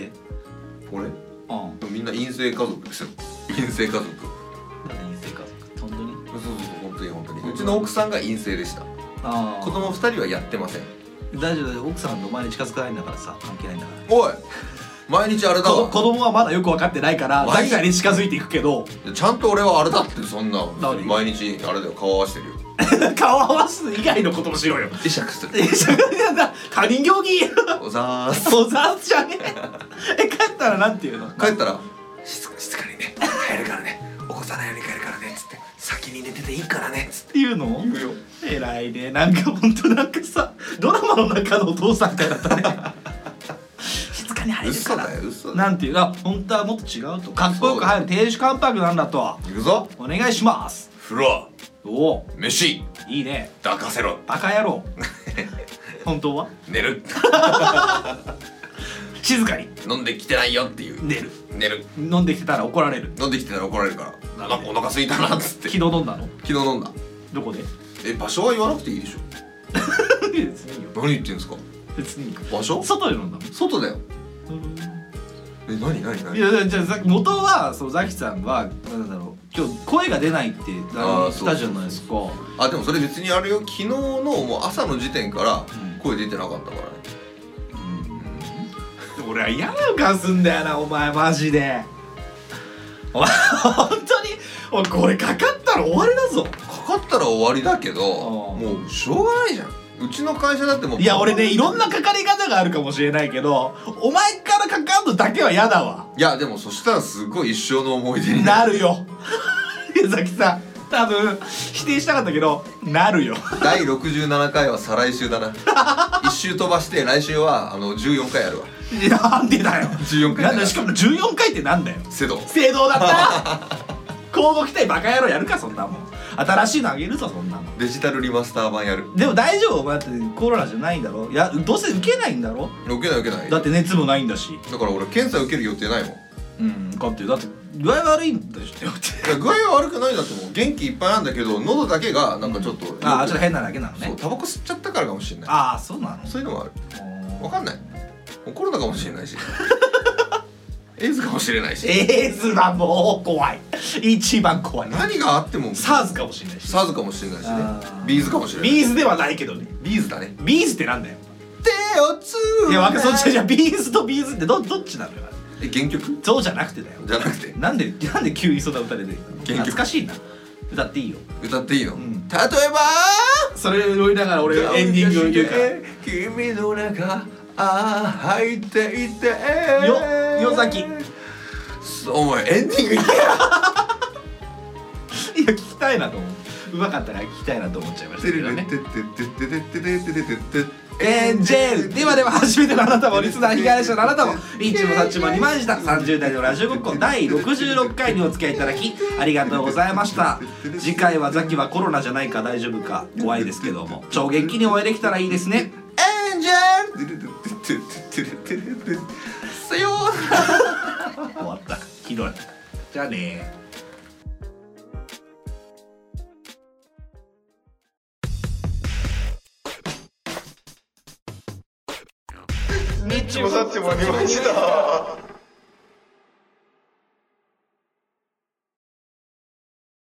で俺ああみんな陰性家族ですよ。陰性家族。 なんで陰性家族本当に。 そうそうそう本当に本当に。うちの奥さんが陰性でした。 ああ子供ふたりはやってません。 大丈夫だよ奥さんの前に近づかないんだからさ関係ないんだから。 おい毎日あれだわ。 子供はまだよく分かってないから誰かに近づいていくけどちゃんと俺はあれだってそんな何毎日あれだよ顔合わせてるよ顔合わす以外のこともしろよ。 会釈する。 えそれなんだ他人行儀おざーす。 おざーすじゃねえ。え帰ったらなんて言うの。 帰ったら静静かにね帰るからね起こさないように帰るからねっつって先に寝てていいからねっつってっていうの言うよ。 偉いねなんかほんとなんかさドラマの中のお父さんみたいだったね静かに入るから嘘だよ嘘だよ。 なんていうあ本当はもっと違うとかっこよく入る亭主関白なんだと。 行くぞ。 お願いします。 風呂おお飯いいね抱かせろバカ野郎本当は寝る静かに飲んできてないよっていう寝る寝る飲んできてたら怒られる。 飲んできてたら怒られるからなんかお腹空いたなっつって昨日飲んだの。 昨日飲んだ。 どこでえ場所は言わなくていいでしょ。 別にいいよ何言ってんですか。 別にいいよ場所外で飲んだの。 外だよ。え何何何いやじゃあざ元はそうザキさんはなんだろう今日声が出ないって言ったじゃないですか。 あでもそれ別にあれよ昨日のもう朝の時点から声出てなかったからね。 うん、俺は嫌な予感すんだよなお前マジで。お前本当においこれかかったら終わりだぞ。 かかったら終わりだけどもうしょうがないじゃん。うちの会社だってもういや俺ねいろんなかかり方があるかもしれないけどお前からかかんのだけは嫌だわ。 いやでもそしたらすごい一生の思い出になるよ江崎さん多分否定したかったけどなるよだいろくじゅうななかいは再来週だな一周飛ばして来週はあのじゅうよんかいあるわ。 いやなんでだよじゅうよんかいなんだしかもじゅうよんかいってなんだよ。 セド正道だった交互期待バカ野郎やるかそんなもん。新しいのあげるぞそんなもん。 デジタルリマスター版やる。 でも大丈夫お前だってコロナじゃないんだろ。いやどうせ受けないんだろ。 受けない受けない。 だって熱もないんだし。 だから俺検査受ける予定ないもん。 うんだってだって具合悪いんだしって。 いや具合は悪くないんだと思う。元気いっぱいなんだけど喉だけがなんかちょっと、うん、 ああちょっと変なだけなのね。 そうタバコ吸っちゃったからかもしれない。 ああそうなの。 そういうのもある。わかんない。コロナかもしれないしエイズかもしれないし。 エイズはもう怖い。一番怖い。 何があってもサーズ かもしれないし。 サーズかもしれないしね。 あービーズかもしれない。 ビーズではないけどね。 ビーズだね。 ビーズってなんだよ。 手をついやわかそっちじゃビーズとビーズってどどっちなのよ。 え原曲そうじゃなくてだよ。 じゃなくてなんでなんで急にそんな歌出てるの。 原曲懐かしいな。歌っていいよ。 歌っていいの、 ん例えばそれを言いながら俺エンディングを言うから。 君の中ああ入っていてよよさき。 お前エンディングいけよいや聞きたいなと思う。うまかったから聞きたいなと思っちゃいましたけどね。エンジェルではでは初めてのあなたもリスナー被害者のあなたもリッチもサッチもにまんしたさんじゅう代のラジオごっこだいろくじゅうろっかいにお付き合いいただきありがとうございました。次回はザキはコロナじゃないか大丈夫か怖いですけども超元気にお会いできたらいいですね。 エンジェルさようなら終わった。ひどい。じゃあねー。 ニッチもサッチもありました。